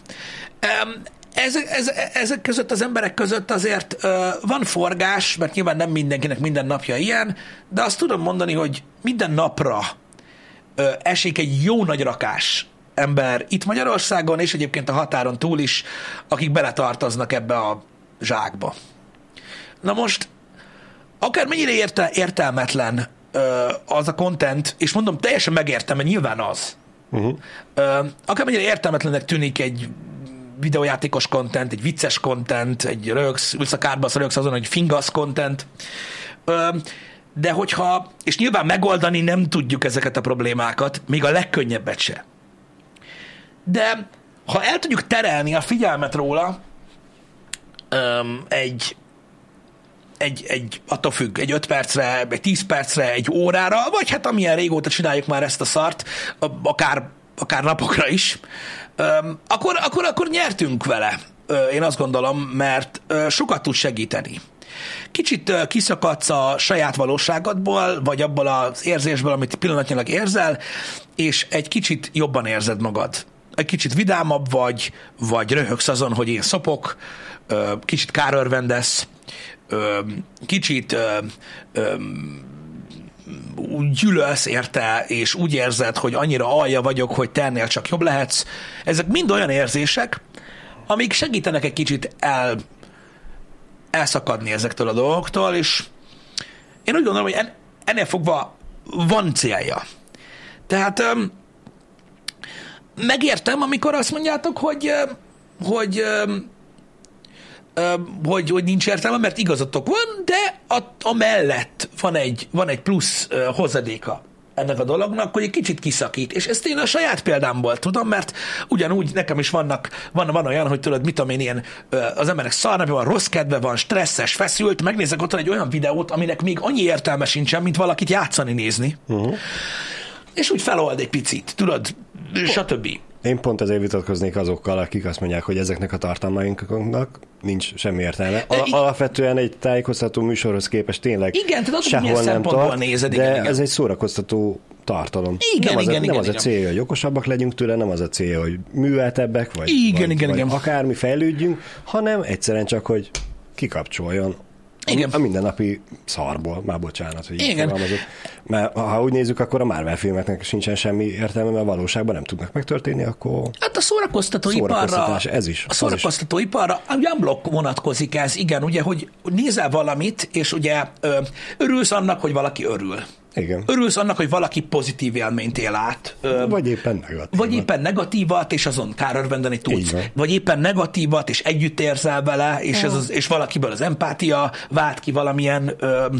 Ezek között, az emberek között azért van forgás, mert nyilván nem mindenkinek minden napja ilyen, de azt tudom mondani, hogy minden napra esik egy jó nagy rakás ember itt Magyarországon, és egyébként a határon túl is, akik beletartoznak ebbe a zsákba. Na most, akármennyire értelmetlen az a content, és mondom, teljesen megértem, mert nyilván az. Akármennyire értelmetlennek tűnik egy videójátékos content, egy vicces content, egy ülsz a kárba, rögsz azon, hogy fingasz content, de hogyha, és nyilván megoldani nem tudjuk ezeket a problémákat, még a legkönnyebbet se. De ha el tudjuk terelni a figyelmet róla, attól függ, egy 5 percre, egy 10 percre, egy órára, vagy hát amilyen régóta csináljuk már ezt a szart, akár napokra is, akkor nyertünk vele, én azt gondolom, mert sokat tud segíteni. Kicsit kiszakadsz a saját valóságodból, vagy abból az érzésből, amit pillanatnyilag érzel, és egy kicsit jobban érzed magad. Egy kicsit vidámabb vagy röhögsz azon, hogy én szopok, kicsit kárörvendesz, kicsit gyűlölsz érte, és úgy érzed, hogy annyira alja vagyok, hogy te ennél csak jobb lehetsz. Ezek mind olyan érzések, amik segítenek egy kicsit elszakadni ezektől a dolgoktól, és én úgy gondolom, hogy ennél fogva van célja. Tehát megértem, amikor azt mondjátok, hogy hogy nincs értelme, mert igazatok van, de amellett van egy plusz hozadéka ennek a dolognak, hogy egy kicsit kiszakít. És ezt én a saját példámból tudom, mert ugyanúgy nekem is van olyan, hogy tudod, mit tudom én, ilyen, az emberek szarnapja van, rossz kedve van, stresszes, feszült, megnézek otthon egy olyan videót, aminek még annyi értelme sincsen, mint valakit játszani nézni. És úgy felold egy picit, tudod, stb. Én pont ezért vitatkoznék azokkal, akik azt mondják, hogy ezeknek a tartalmainknak nincs semmi értelme. Alapvetően egy tájékoztató műsorhoz képest tényleg igen, tehát sehol nem tart, nézed, de igen. ez egy szórakoztató tartalom. Igen, nem az a célja, hogy okosabbak legyünk tőle, nem az a célja, hogy műveltebbek, vagy akármi fejlődjünk, hanem egyszerűen csak, hogy kikapcsoljon a mindennapi szarból, már bocsánat, hogy így fogalmazok. Mert ha úgy nézzük, akkor a Marvel filmeknek sincsen semmi értelme, mert valóságban nem tudnak megtörténni, akkor... Hát a szórakoztatóiparra, ez is. A szórakoztatóiparra unblock vonatkozik ez, igen, ugye, hogy nézel valamit, és ugye örülsz annak, hogy valaki örül. Igen. Örülsz annak, hogy valaki pozitív élményt él át. Vagy éppen negatívat. Vagy éppen negatívat, és azon kárörvendeni tudsz. Vagy éppen negatívat, és együtt érzel vele, és valakiből az empátia vált ki valamilyen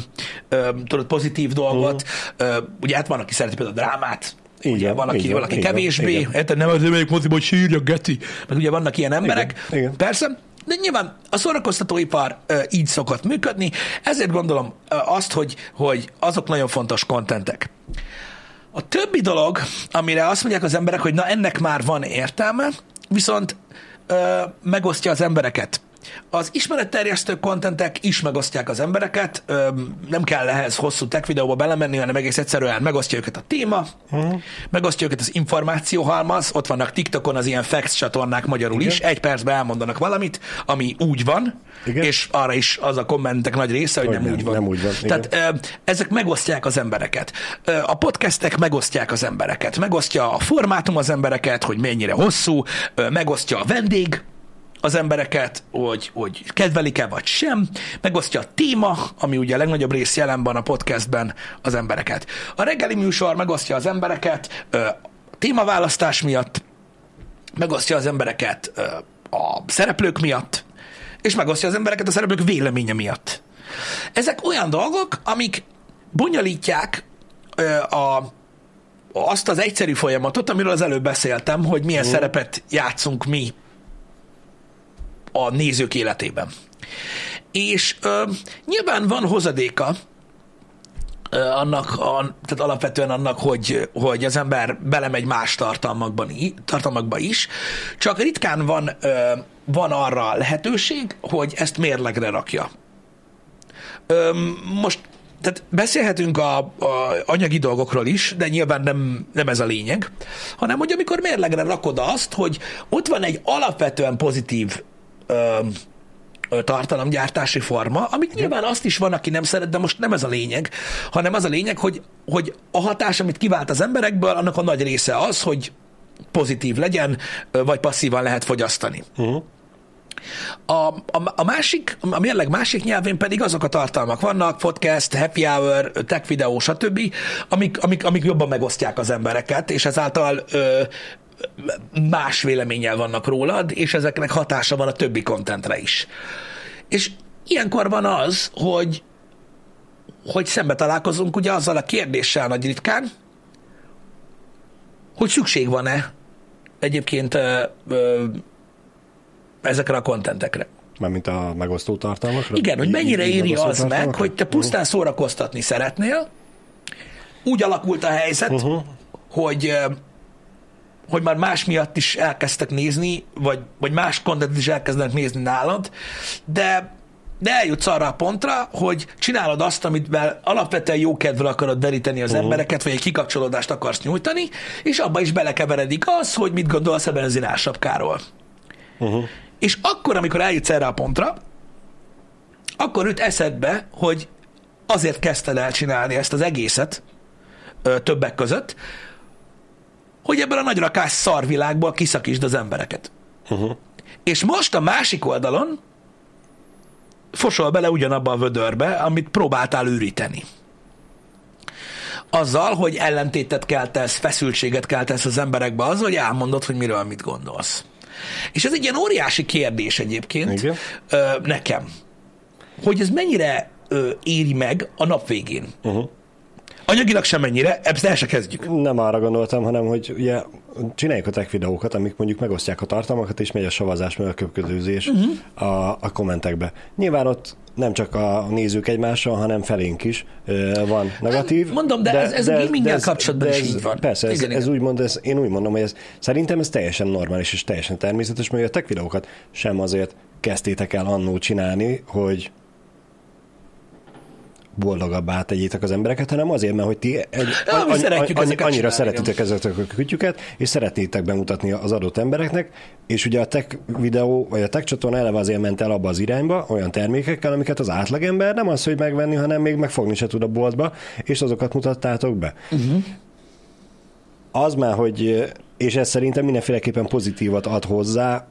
tudod, pozitív dolgot. Ugye hát van, aki szereti például a drámát, ugye valaki kevésbé. Nem azért megyek moziba, hogy sírja, geti. Meg ugye vannak ilyen emberek. Igen. Persze. De nyilván a szórakoztatóipar így szokott működni, ezért gondolom azt, hogy azok nagyon fontos kontentek. A többi dolog, amire azt mondják az emberek, hogy na ennek már van értelme, viszont megosztja az embereket. Az ismeretterjesztő kontentek is megosztják az embereket, nem kell ehhez hosszú tech videóba belemenni, hanem egész egyszerűen megosztja őket a téma, megosztja őket az információhalmaz, ott vannak TikTokon az ilyen facts csatornák magyarul is, 1 percben elmondanak valamit, ami úgy van, és arra is az a kommentek nagy része, hogy nem úgy van. Nem úgy van. Tehát ezek megosztják az embereket. A podcastek megosztják az embereket, megosztja a formátum az embereket, hogy mennyire hosszú, megosztja a vendég az embereket, hogy kedvelik-e vagy sem, megosztja a téma, ami ugye a legnagyobb rész jelen van a podcastben, az embereket. A reggeli műsor megosztja az embereket a témaválasztás miatt, megosztja az embereket a szereplők miatt, és megosztja az embereket a szereplők véleménye miatt. Ezek olyan dolgok, amik bonyolítják azt az egyszerű folyamatot, amiről az előbb beszéltem, hogy milyen szerepet játszunk mi a nézők életében. És nyilván van hozadéka tehát alapvetően annak, hogy az ember belemegy más tartalmakba is, csak ritkán van arra lehetőség, hogy ezt mérlegre rakja. Most tehát beszélhetünk a anyagi dolgokról is, de nyilván nem ez a lényeg, hanem hogy amikor mérlegre rakod azt, hogy ott van egy alapvetően pozitív tartalomgyártási forma, amit nyilván azt is van, aki nem szeret, de most nem ez a lényeg, hanem az a lényeg, hogy a hatás, amit kivált az emberekből, annak a nagy része az, hogy pozitív legyen, vagy passzívan lehet fogyasztani. A mérleg másik nyelvén pedig azok a tartalmak vannak, podcast, happy hour, tech videó, stb., amik jobban megosztják az embereket, és ezáltal más véleménnyel vannak rólad, és ezeknek hatása van a többi kontentre is. És ilyenkor van az, hogy szembe találkozunk ugye azzal a kérdéssel nagy ritkán, hogy szükség van-e egyébként ezekre a kontentekre. Mármint a megosztó tartalmakra? Igen, hogy mennyire éri az meg, hogy te pusztán szórakoztatni szeretnél. Úgy alakult a helyzet, hogy már más miatt is elkezdtek nézni, vagy más kontentet is elkezdenek nézni nálad, de eljutsz arra a pontra, hogy csinálod azt, amivel alapvetően jó kedvel akarod deríteni az embereket, vagy egy kikapcsolódást akarsz nyújtani, és abba is belekeveredik az, hogy mit gondolsz a benzinársapkáról. És akkor, amikor eljutsz erre a pontra, akkor jut eszedbe, hogy azért kezdted el csinálni ezt az egészet többek között, hogy ebből a nagyrakás szarvilágból kiszakítsd az embereket. És most a másik oldalon fosol bele ugyanabba a vödörbe, amit próbáltál üríteni. Azzal, hogy ellentétet keltesz, feszültséget keltesz az emberekbe, azzal, hogy elmondod, hogy miről mit gondolsz. És ez egy ilyen óriási kérdés egyébként Igen. Nekem, hogy ez mennyire éri meg a nap végén. Anyagilag sem mennyire, ezt el se kezdjük. Nem arra gondoltam, hanem hogy ugye csináljuk a tech videókat, amik mondjuk megosztják a tartalmakat, és megy a savazás, meg a köpködőzés a kommentekbe. Nyilván ott nem csak a nézők egymással, hanem felénk is van negatív. Mondom, de ez a gaminggel kapcsolatban is így van. Persze, ez úgymond, én úgy mondom, hogy szerintem ez teljesen normális és teljesen természetes, mert a tech videókat sem azért kezdtétek el annó csinálni, hogy boldogabbá tegyétek az embereket, hanem azért, mert hogy ti annyira szeretitek ezeket a kütyüket, és szeretnétek bemutatni az adott embereknek, és ugye a tech videó, vagy a tech csatorna eleve azért ment el abba az irányba, olyan termékekkel, amiket az átlagember nem az, hogy megvenni, hanem még megfogni se tud a boltba, és azokat mutattátok be. Az már, hogy, és ez szerintem mindenféleképpen pozitívat ad hozzá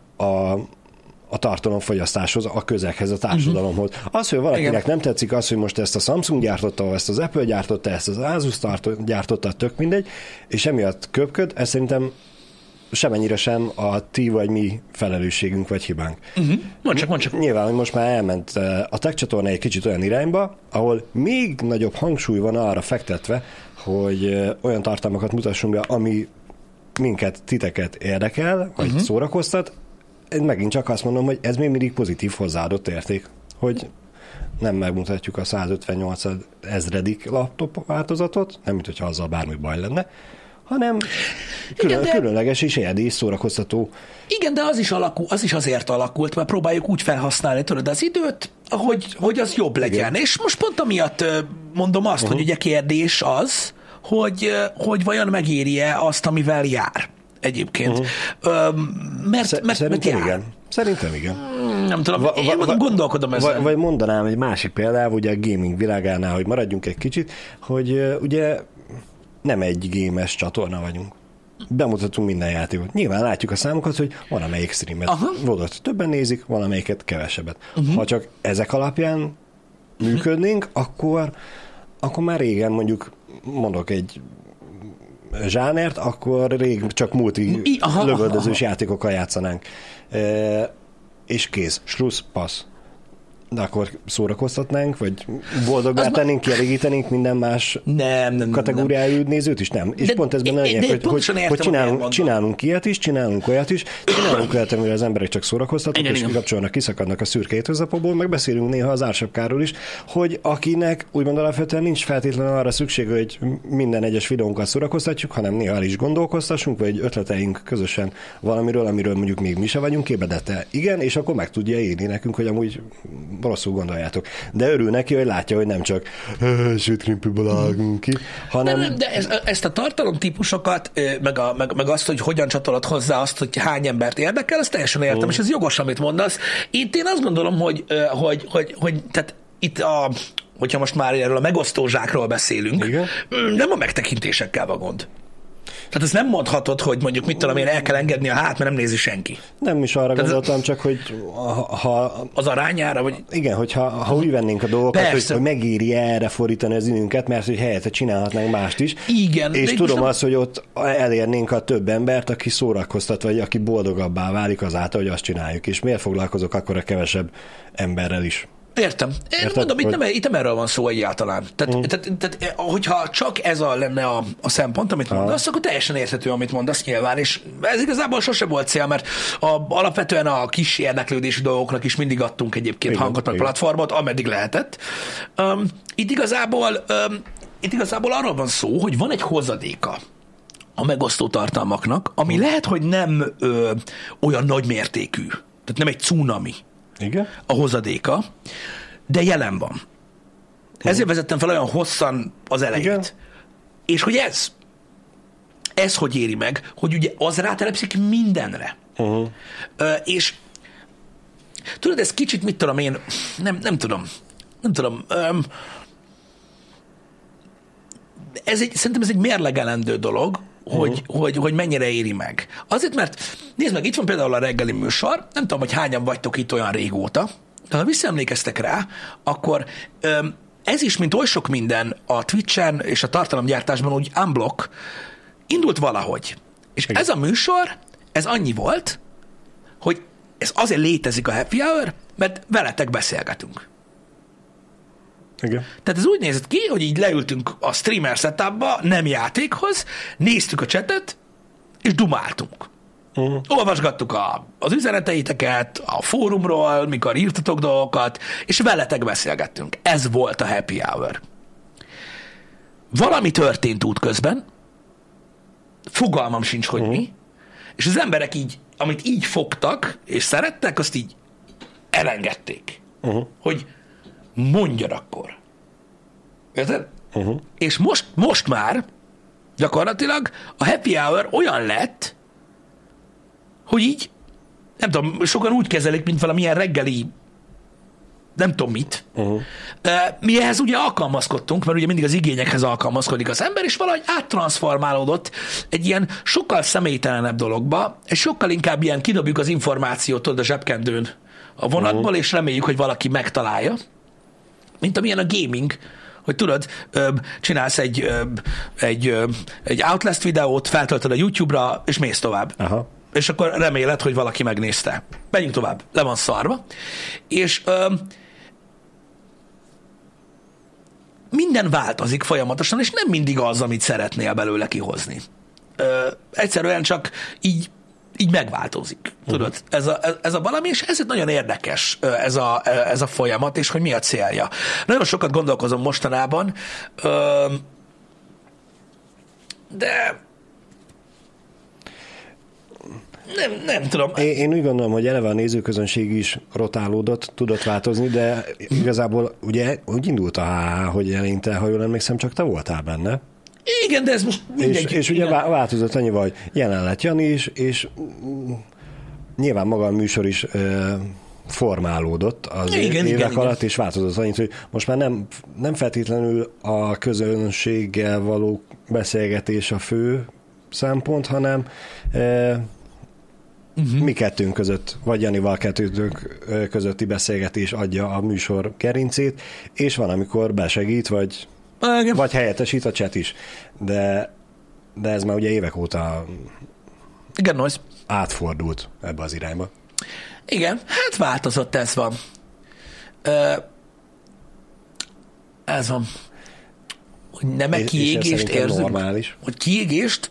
a tartalomfogyasztáshoz, a közeghez, a társadalomhoz. Az, hogy valakinek nem tetszik, az, hogy most ezt a Samsung gyártotta, ezt az Apple gyártotta, ezt az Asus gyártotta, tök mindegy, és emiatt köpköd, ez szerintem semennyire sem a ti vagy mi felelősségünk vagy hibánk. Mondd csak. Nyilván, hogy most már elment a tech csatorna egy kicsit olyan irányba, ahol még nagyobb hangsúly van arra fektetve, hogy olyan tartalmakat mutassunk be, ami minket, titeket érdekel, vagy szórakoztat. Én megint csak azt mondom, hogy ez még mindig pozitív hozzáadott érték, hogy nem megmutatjuk a 158 ezredik laptop változatot, nem mint hogyha azzal bármi baj lenne, hanem különleges és egyedi és szórakoztató. Igen, de az is azért alakult, mert próbáljuk úgy felhasználni tudod az időt, hogy az jobb legyen. Igen. És most pont amiatt mondom azt, hogy ugye kérdés az, hogy vajon megéri-e azt, amivel jár. Egyébként. Mert igen. Szerintem igen. Nem tudom, én gondolkodom ezen. Vagy mondanám egy másik példával, ugye a gaming világánál, hogy maradjunk egy kicsit, hogy ugye nem egy gémes csatorna vagyunk. Bemutatunk minden játékot. Nyilván látjuk a számokat, hogy valamelyik streamet volt többen nézik, valamelyiket kevesebbet. Ha csak ezek alapján működnénk, akkor már régen mondjuk mondok egy zsánert, akkor rég csak lövöldözős játékokkal játszanánk. És kész. Slussz, passz. De akkor szórakoztatnánk, vagy boldoggá tennénk, kielégítenénk minden más kategóriájú nézőt is? Nem. És pont ez benne lényeg, hogy csinálunk ilyet is, csinálunk olyat is, csinálunk olyat, amire az emberek csak szórakoztatnak, és kikapcsolnak, kiszakadnak a szürke étözapokból, meg beszélünk néha az ársapkáról is, hogy akinek úgymond alapvetően nincs feltétlenül arra szükség, hogy minden egyes videónkat szórakoztatjuk, hanem néha el is gondolkoztassunk, vagy ötleteink közösen valamiről, amiről mondjuk még mi se vagyunk képbe, de te igen, és akkor meg tudja írni nekünk, hogy amúgy rosszul gondoljátok. De örül neki, hogy látja, hogy nem csak sütkrimpiből állunk ki, hanem... De ezt a tartalomtípusokat, meg azt, hogy hogyan csatolod hozzá azt, hogy hány embert érdekel, ezt teljesen értem, és ez jogos, amit mondasz. Itt én azt gondolom, hogy tehát itt hogyha most már erről a megosztózsákról beszélünk, igen, nem a megtekintésekkel van gond. Tehát ezt nem mondhatod, hogy mondjuk mit tudom én, el kell engedni a mert nem nézi senki. Nem is arra gondoltam, csak hogy ha... Az arányára, vagy... Igen, hogyha úgy vennénk a dolgokat, hogy megéri erre fordítani az időnket, mert hogy helyette csinálhatnánk mást is. Igen. És tudom azt, hogy ott elérnénk a több embert, aki szórakoztat, vagy aki boldogabbá válik azáltal, hogy azt csináljuk. És miért foglalkozok akkor a kevesebb emberrel is? Értem. Én mondom, itt nem erről van szó egyáltalán. Tehát hogyha csak ez lenne a szempont, amit mondasz, akkor teljesen érthető, amit mondasz nyilván, és ez igazából sose volt cél, mert alapvetően a kis érdeklődési dolgoknak is mindig adtunk egyébként hangot, meg platformot, ameddig lehetett. Itt igazából arról van szó, hogy van egy hozadéka a megosztó tartalmaknak, ami lehet, hogy nem olyan nagy mértékű, tehát nem egy cunami. Igen? A hozadéka, de jelen van. Ezért vezettem fel olyan hosszan az elejét. Igen? És hogy ez hogy éri meg, hogy ugye az rátelepszik mindenre. És tudod, ez kicsit, mit tudom én, nem tudom. Szerintem ez egy mérlegelendő dolog, hogy mennyire éri meg. Azért, mert nézd meg, itt van például a reggeli műsor, nem tudom, hogy hányan vagytok itt olyan régóta, de ha visszaemlékeztek rá, akkor ez is, mint oly sok minden a Twitchen és a tartalomgyártásban úgy unblock indult valahogy. És ez a műsor, ez annyi volt, hogy ez azért létezik a happy hour, mert veletek beszélgetünk. Igen. Tehát ez úgy nézett ki, hogy így leültünk a streamer setupba, nem játékhoz, néztük a chatet, és dumáltunk. Olvasgattuk az üzeneteiteket, a fórumról, mikor írtatok dolgokat, és veletek beszélgettünk. Ez volt a happy hour. Valami történt útközben, fogalmam sincs, hogy mi, és az emberek így, amit így fogtak, és szerettek, azt így elengedték. Hogy mondjad akkor. Érted? És most már gyakorlatilag a happy hour olyan lett, hogy így, nem tudom, sokan úgy kezelik, mint valamilyen reggeli, nem tudom mit. Mi ehhez ugye alkalmazkodtunk, mert ugye mindig az igényekhez alkalmazkodik az ember, és valahogy áttranszformálódott egy ilyen sokkal személytelenebb dologba, és sokkal inkább ilyen kidobjuk az információt a zsebkendőn a vonatból, és reméljük, hogy valaki megtalálja, mint amilyen a gaming, hogy tudod, csinálsz egy Outlast videót, feltöltöd a YouTube-ra, és mész tovább. Aha. És akkor reméled, hogy valaki megnézte. Menjünk tovább. Le van szarva. És minden változik folyamatosan, és nem mindig az, amit szeretnél belőle kihozni. Egyszerűen csak így megváltozik. Tudod, ez a valami, és ezért nagyon érdekes ez a folyamat, és hogy mi a célja. Nagyon sokat gondolkozom mostanában, de nem tudom. Én úgy gondolom, hogy eleve a nézőközönség is rotálódott, tudott változni, de igazából ugye úgy indult a HH, hogy eleinte, ha jól emlékszem, csak te voltál benne. Igen, de ez most mindenki. És ugye változott annyival, hogy jelen lett Jani is, és nyilván maga a műsor is formálódott az évek alatt, és változott annyit, hogy most már nem feltétlenül a közönséggel való beszélgetés a fő szempont, hanem mi kettőnk között, vagy Janival kettőnk közötti beszélgetés adja a műsor gerincét, és van, amikor besegít, vagy helyettesít a chat is. De ez már ugye évek óta igen, noise. Átfordult ebbe az irányba. Igen, hát változott, ez van. Ez van. Hogy nem egy kiégést érzünk. Normális. Hogy kiégést?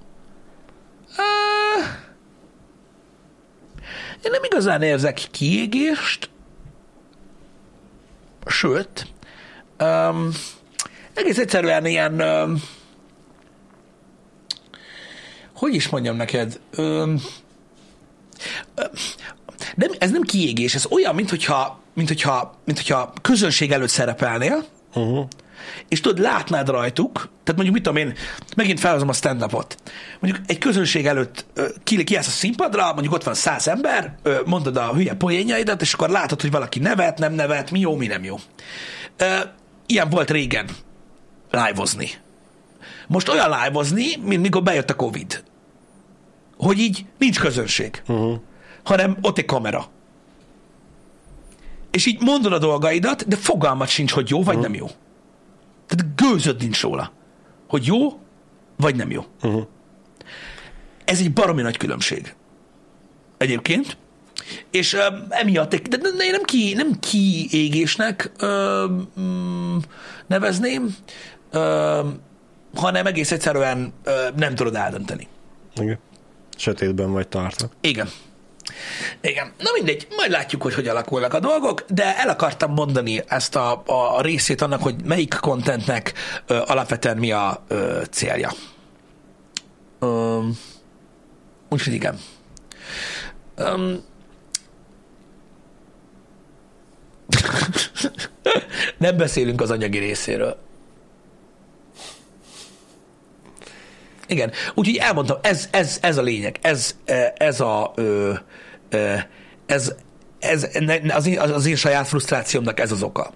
Én nem igazán érzek kiégést, sőt, egész egyszerűen ilyen, hogy is mondjam neked, ez nem kiégés, ez olyan, minthogyha közönség előtt szerepelnél, és tudod, látnád rajtuk, tehát mondjuk mit tudom én, megint felhozom a stand-upot. Mondjuk egy közönség előtt kiállsz a színpadra, mondjuk ott van 100 ember, mondod a hülye poénjaidat, és akkor látod, hogy valaki nevet, nem nevet, mi jó, mi nem jó. Ilyen volt régen live-ozni. Most olyan live-ozni, mint mikor bejött a Covid. Hogy így nincs közönség, hanem ott egy kamera. És így mondod a dolgaidat, de fogalmat sincs, hogy jó vagy nem jó. Tehát gőzöd nincs róla, hogy jó vagy nem jó. Ez egy baromi nagy különbség. Egyébként. És emiatt, de én nem kiégésnek nevezném, hanem egész egyszerűen nem tudod eldönteni. Igen. Sötétben vagy tartva. Igen. Na mindegy, majd látjuk, hogy alakulnak a dolgok, de el akartam mondani ezt a részét annak, hogy melyik contentnek alapvetően mi a célja. Úgyhogy igen. Nem beszélünk az anyagi részéről. Igen, úgyhogy elmondtam, ez a lényeg, ez az én saját frusztrációmnak ez az oka.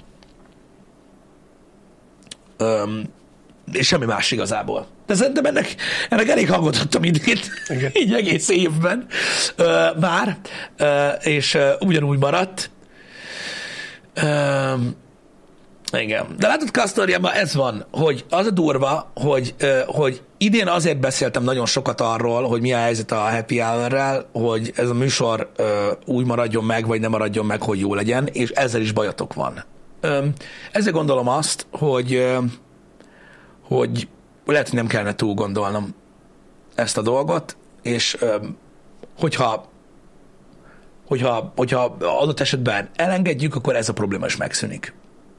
És semmi más igazából. De szerintem ennek elég hangot adtam idét, így egész évben már, és ugyanúgy maradt. Igen. De látod, Kasztóriában ez van, hogy az a durva, hogy idén azért beszéltem nagyon sokat arról, hogy mi a helyzet a Happy Hour-rel, hogy ez a műsor úgy maradjon meg, vagy nem maradjon meg, hogy jó legyen, és ezzel is bajotok van. Ezzel gondolom azt, hogy lehet, hogy nem kellene túl gondolnom ezt a dolgot, és hogyha adott esetben elengedjük, akkor ez a probléma is megszűnik.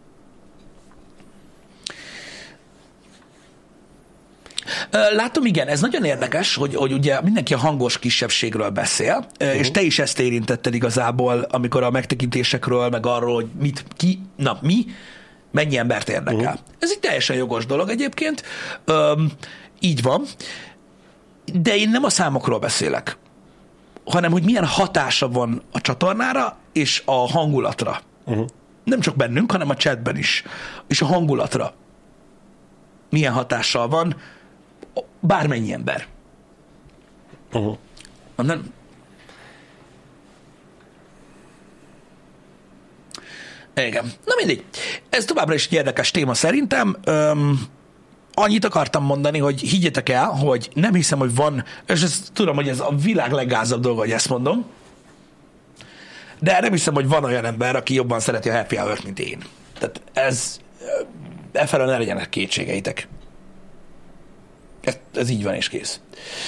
Látom, igen, ez nagyon érdekes, hogy ugye mindenki a hangos kisebbségről beszél, és te is ezt érintetted igazából, amikor a megtekintésekről, meg arról, hogy mennyi embert érdekel. Ez egy teljesen jogos dolog egyébként, így van, de én nem a számokról beszélek, hanem hogy milyen hatása van a csatornára és a hangulatra. Nem csak bennünk, hanem a chatben is, és a hangulatra. Milyen hatással van bármennyi ember. Nem. Igen. Na mindegy. Ez továbbra is egy érdekes téma szerintem. Annyit akartam mondani, hogy higgyetek el, hogy nem hiszem, hogy van, és ezt tudom, hogy ez a világ leggázabb dolga, hogy ezt mondom, de nem hiszem, hogy van olyan ember, aki jobban szereti a Happy Hour-t, mint én. Tehát efelől ne legyenek kétségeitek. Ez így van, és kész.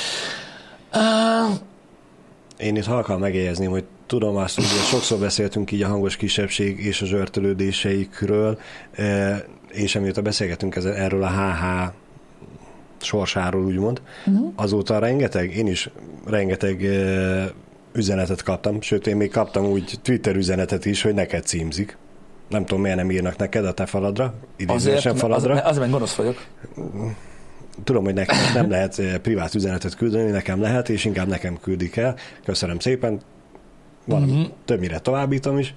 Én itt halkan megjegyezném, hogy tudom azt, hogy sokszor beszéltünk így a hangos kisebbség és a zsörtölődéseikről, és amióta beszélgetünk erről a HH sorsáról, úgymond, azóta én is rengeteg üzenetet kaptam, sőt, én még kaptam úgy Twitter üzenetet is, hogy neked címzik. Nem tudom, miért nem írnak neked a te faladra, idézősen faladra. Azért, mert gonosz vagyok. Tudom, hogy nekem nem lehet privát üzenetet küldeni, nekem lehet, és inkább nekem küldik el. Köszönöm szépen. Többnyire továbbítom is.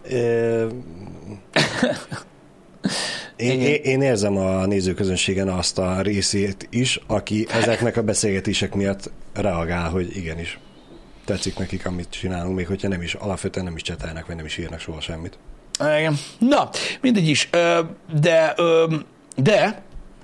Én érzem a nézőközönségen azt a részét is, aki ezeknek a beszélgetések miatt reagál, hogy igenis tetszik nekik, amit csinálunk, még hogyha nem is, alapvetően nem is csetelnek, vagy nem is írnak soha semmit. Igen. Na, mindegy is. De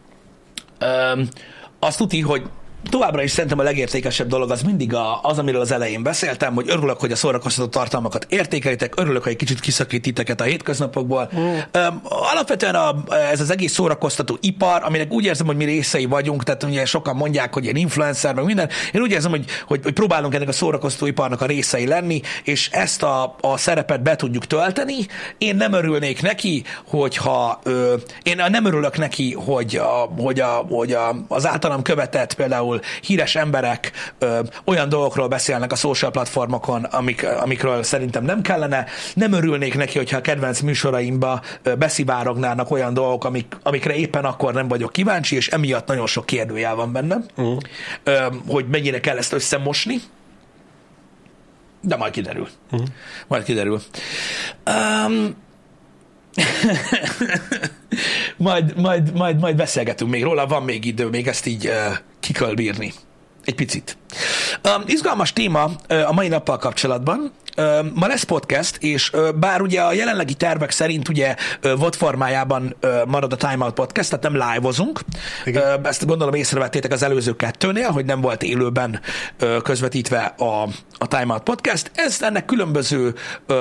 azt tuti, hogy továbbra is szerintem a legértékesebb dolog az mindig az, amiről az elején beszéltem, hogy örülök, hogy a szórakoztató tartalmakat értékelitek, örülök, hogy egy kicsit kiszakítitetek a hétköznapokból. Alapvetően ez az egész szórakoztató ipar, aminek úgy érzem, hogy mi részei vagyunk, tehát ugye sokan mondják, hogy ilyen influencer, meg minden. Én úgy érzem, hogy próbálunk ennek a szórakoztató iparnak a részei lenni, és ezt a szerepet be tudjuk tölteni. Én nem örülnék neki, én nem örülök neki, hogy az általam követett például híres emberek olyan dolgokról beszélnek a social platformokon, amikről szerintem nem kellene. Nem örülnék neki, hogyha a kedvenc műsoraimba beszivárognának olyan dolgok, amikre éppen akkor nem vagyok kíváncsi, és emiatt nagyon sok kérdőjel van bennem, hogy mennyire kell ezt összemosni. De majd kiderül. Majd kiderül. Majd beszélgetünk még róla, van még idő, még ezt így ki kell bírni. Egy picit. Izgalmas téma a mai nappal kapcsolatban. Ma lesz podcast, és bár ugye a jelenlegi tervek szerint ugye VOD formájában marad a Time Out Podcast, tehát nem live-ozunk. Ezt gondolom észrevettétek az előző kettőnél, hogy nem volt élőben közvetítve a Time Out Podcast. Ennek különböző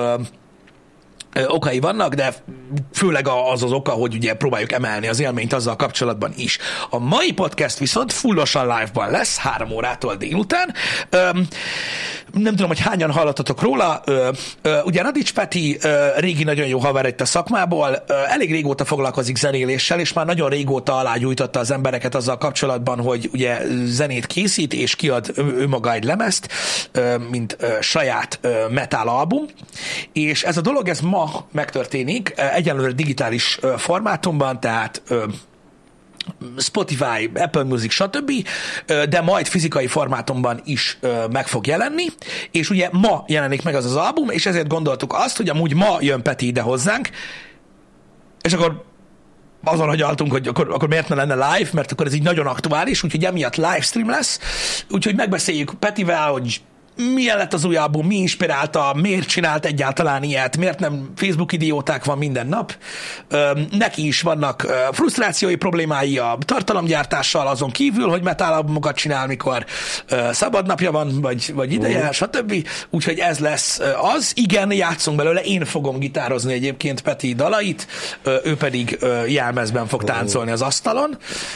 okai vannak, de főleg az oka, hogy ugye próbáljuk emelni az élményt azzal kapcsolatban is. A mai podcast viszont fullosan live-ban lesz, 3 órától délután. Nem tudom, hogy hányan hallottatok róla. Ugye Radics Peti régi nagyon jó haver itt a szakmából, elég régóta foglalkozik zenéléssel, és már nagyon régóta alágyújtotta az embereket azzal kapcsolatban, hogy ugye zenét készít, és kiad ő maga egy lemezt, mint saját metal album. És ez a dolog, ez ma megtörténik, egyelőre digitális formátumban, tehát Spotify, Apple Music, stb., de majd fizikai formátumban is meg fog jelenni, és ugye ma jelenik meg az az album, és ezért gondoltuk azt, hogy amúgy ma jön Peti ide hozzánk, és akkor azon hagyaltunk, hogy akkor miért ne lenne live, mert akkor ez így nagyon aktuális, úgyhogy emiatt livestream lesz, úgyhogy megbeszéljük Petivel, hogy milyen lett az új album, mi inspirálta, miért csinált egyáltalán ilyet, miért nem Facebook idióták van minden nap. Neki is vannak frusztrációi problémái a tartalomgyártással, azon kívül, hogy metal albumokat csinál, mikor szabad napja van, vagy ideje, stb. Úgyhogy ez lesz az. Igen, játszunk belőle, én fogom gitározni egyébként Peti dalait, ő pedig jelmezben fog táncolni az asztalon.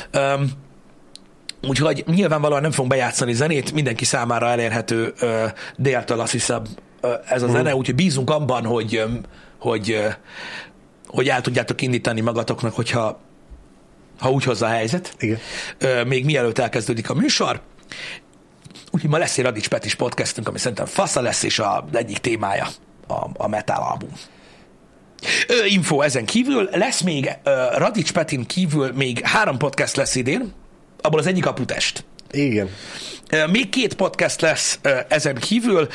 Úgyhogy nyilvánvalóan nem fogunk bejátszani zenét, mindenki számára elérhető déltől, azt hiszem, ez a zene, úgyhogy bízunk abban, hogy el tudjátok indítani magatoknak, ha úgy hozza a helyzet. Igen. Még mielőtt elkezdődik a műsor. Úgyhogy ma lesz egy Radics Petis podcastünk, ami szerintem fasza lesz, és az egyik témája a metal album. Info ezen kívül, lesz még Radics Petin kívül még 3 podcast lesz idén, abból az egyik Aputest. Igen. Még 2 podcast lesz ezen kívül.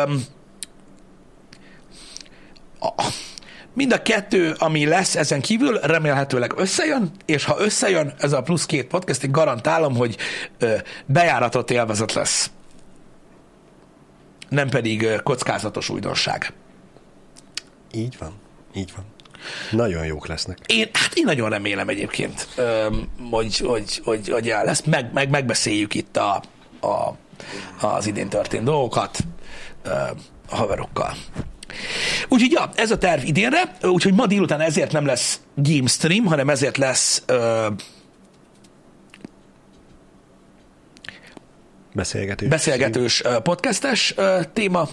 Mind a 2, ami lesz ezen kívül, remélhetőleg összejön, és ha összejön ez a plusz 2 podcast, én garantálom, hogy bejáratott élvezet lesz. Nem pedig kockázatos újdonság. Így van. Így van. Nagyon jók lesznek. Én nagyon remélem egyébként, hogy el lesz. Megbeszéljük itt az idén történt dolgokat a haverokkal. Úgyhogy ja, ez a terv idénre, úgyhogy ma délután ezért nem lesz game stream, hanem ezért lesz beszélgetős podcastes téma.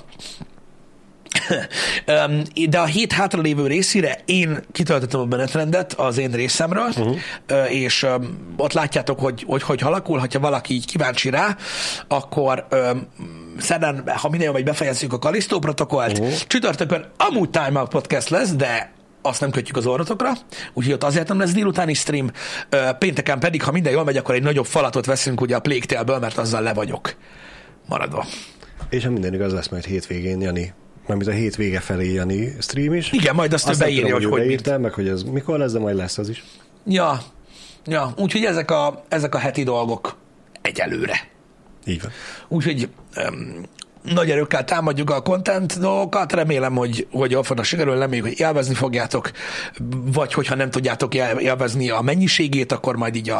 De a hét hátralévő részére én kitöltöttem a menetrendet az én részemről, és ott látjátok, hogy alakul, hogyha valaki így kíváncsi rá, akkor szerdán, ha minél vagy befejezzük a Kalisztó protokollt, csütörtökön amúgy Time Out Podcast lesz, de azt nem kötjük az orrotokra, úgyhogy ott azért nem lesz délutáni stream, pénteken pedig, ha minden jól megy, akkor egy nagyobb falatot veszünk ugye a Plague Tale-ből, mert azzal le vagyok maradva. És ha minden igaz, lesz majd hétvégén, Jani, mármint a hétvége felé Jani stream is. Igen, majd azt beírja, hogy beírtam, meg hogy ez mikor lesz, de majd lesz az is. Ja, úgyhogy ezek a heti dolgok egyelőre. Így van. Úgyhogy nagy erőkkel támadjuk a content dolgokat, remélem, hogy jól fognak sikerülni, reméljük, hogy élvezni fogjátok, vagy hogyha nem tudjátok élvezni a mennyiségét, akkor majd így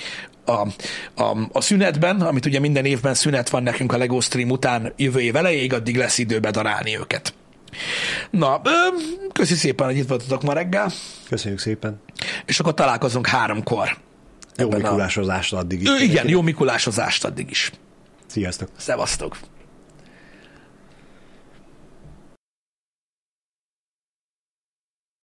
a szünetben, amit ugye minden évben szünet van nekünk a LEGO stream után jövő év elejéig, addig lesz idő bedarálni őket. Na, köszi szépen, hogy itt voltatok ma reggel. Köszönjük szépen. És akkor találkozunk 3-kor. Jó mikulásozást addig is. Igen, jó mikulásozást addig is. Sziasztok. Szevasztok.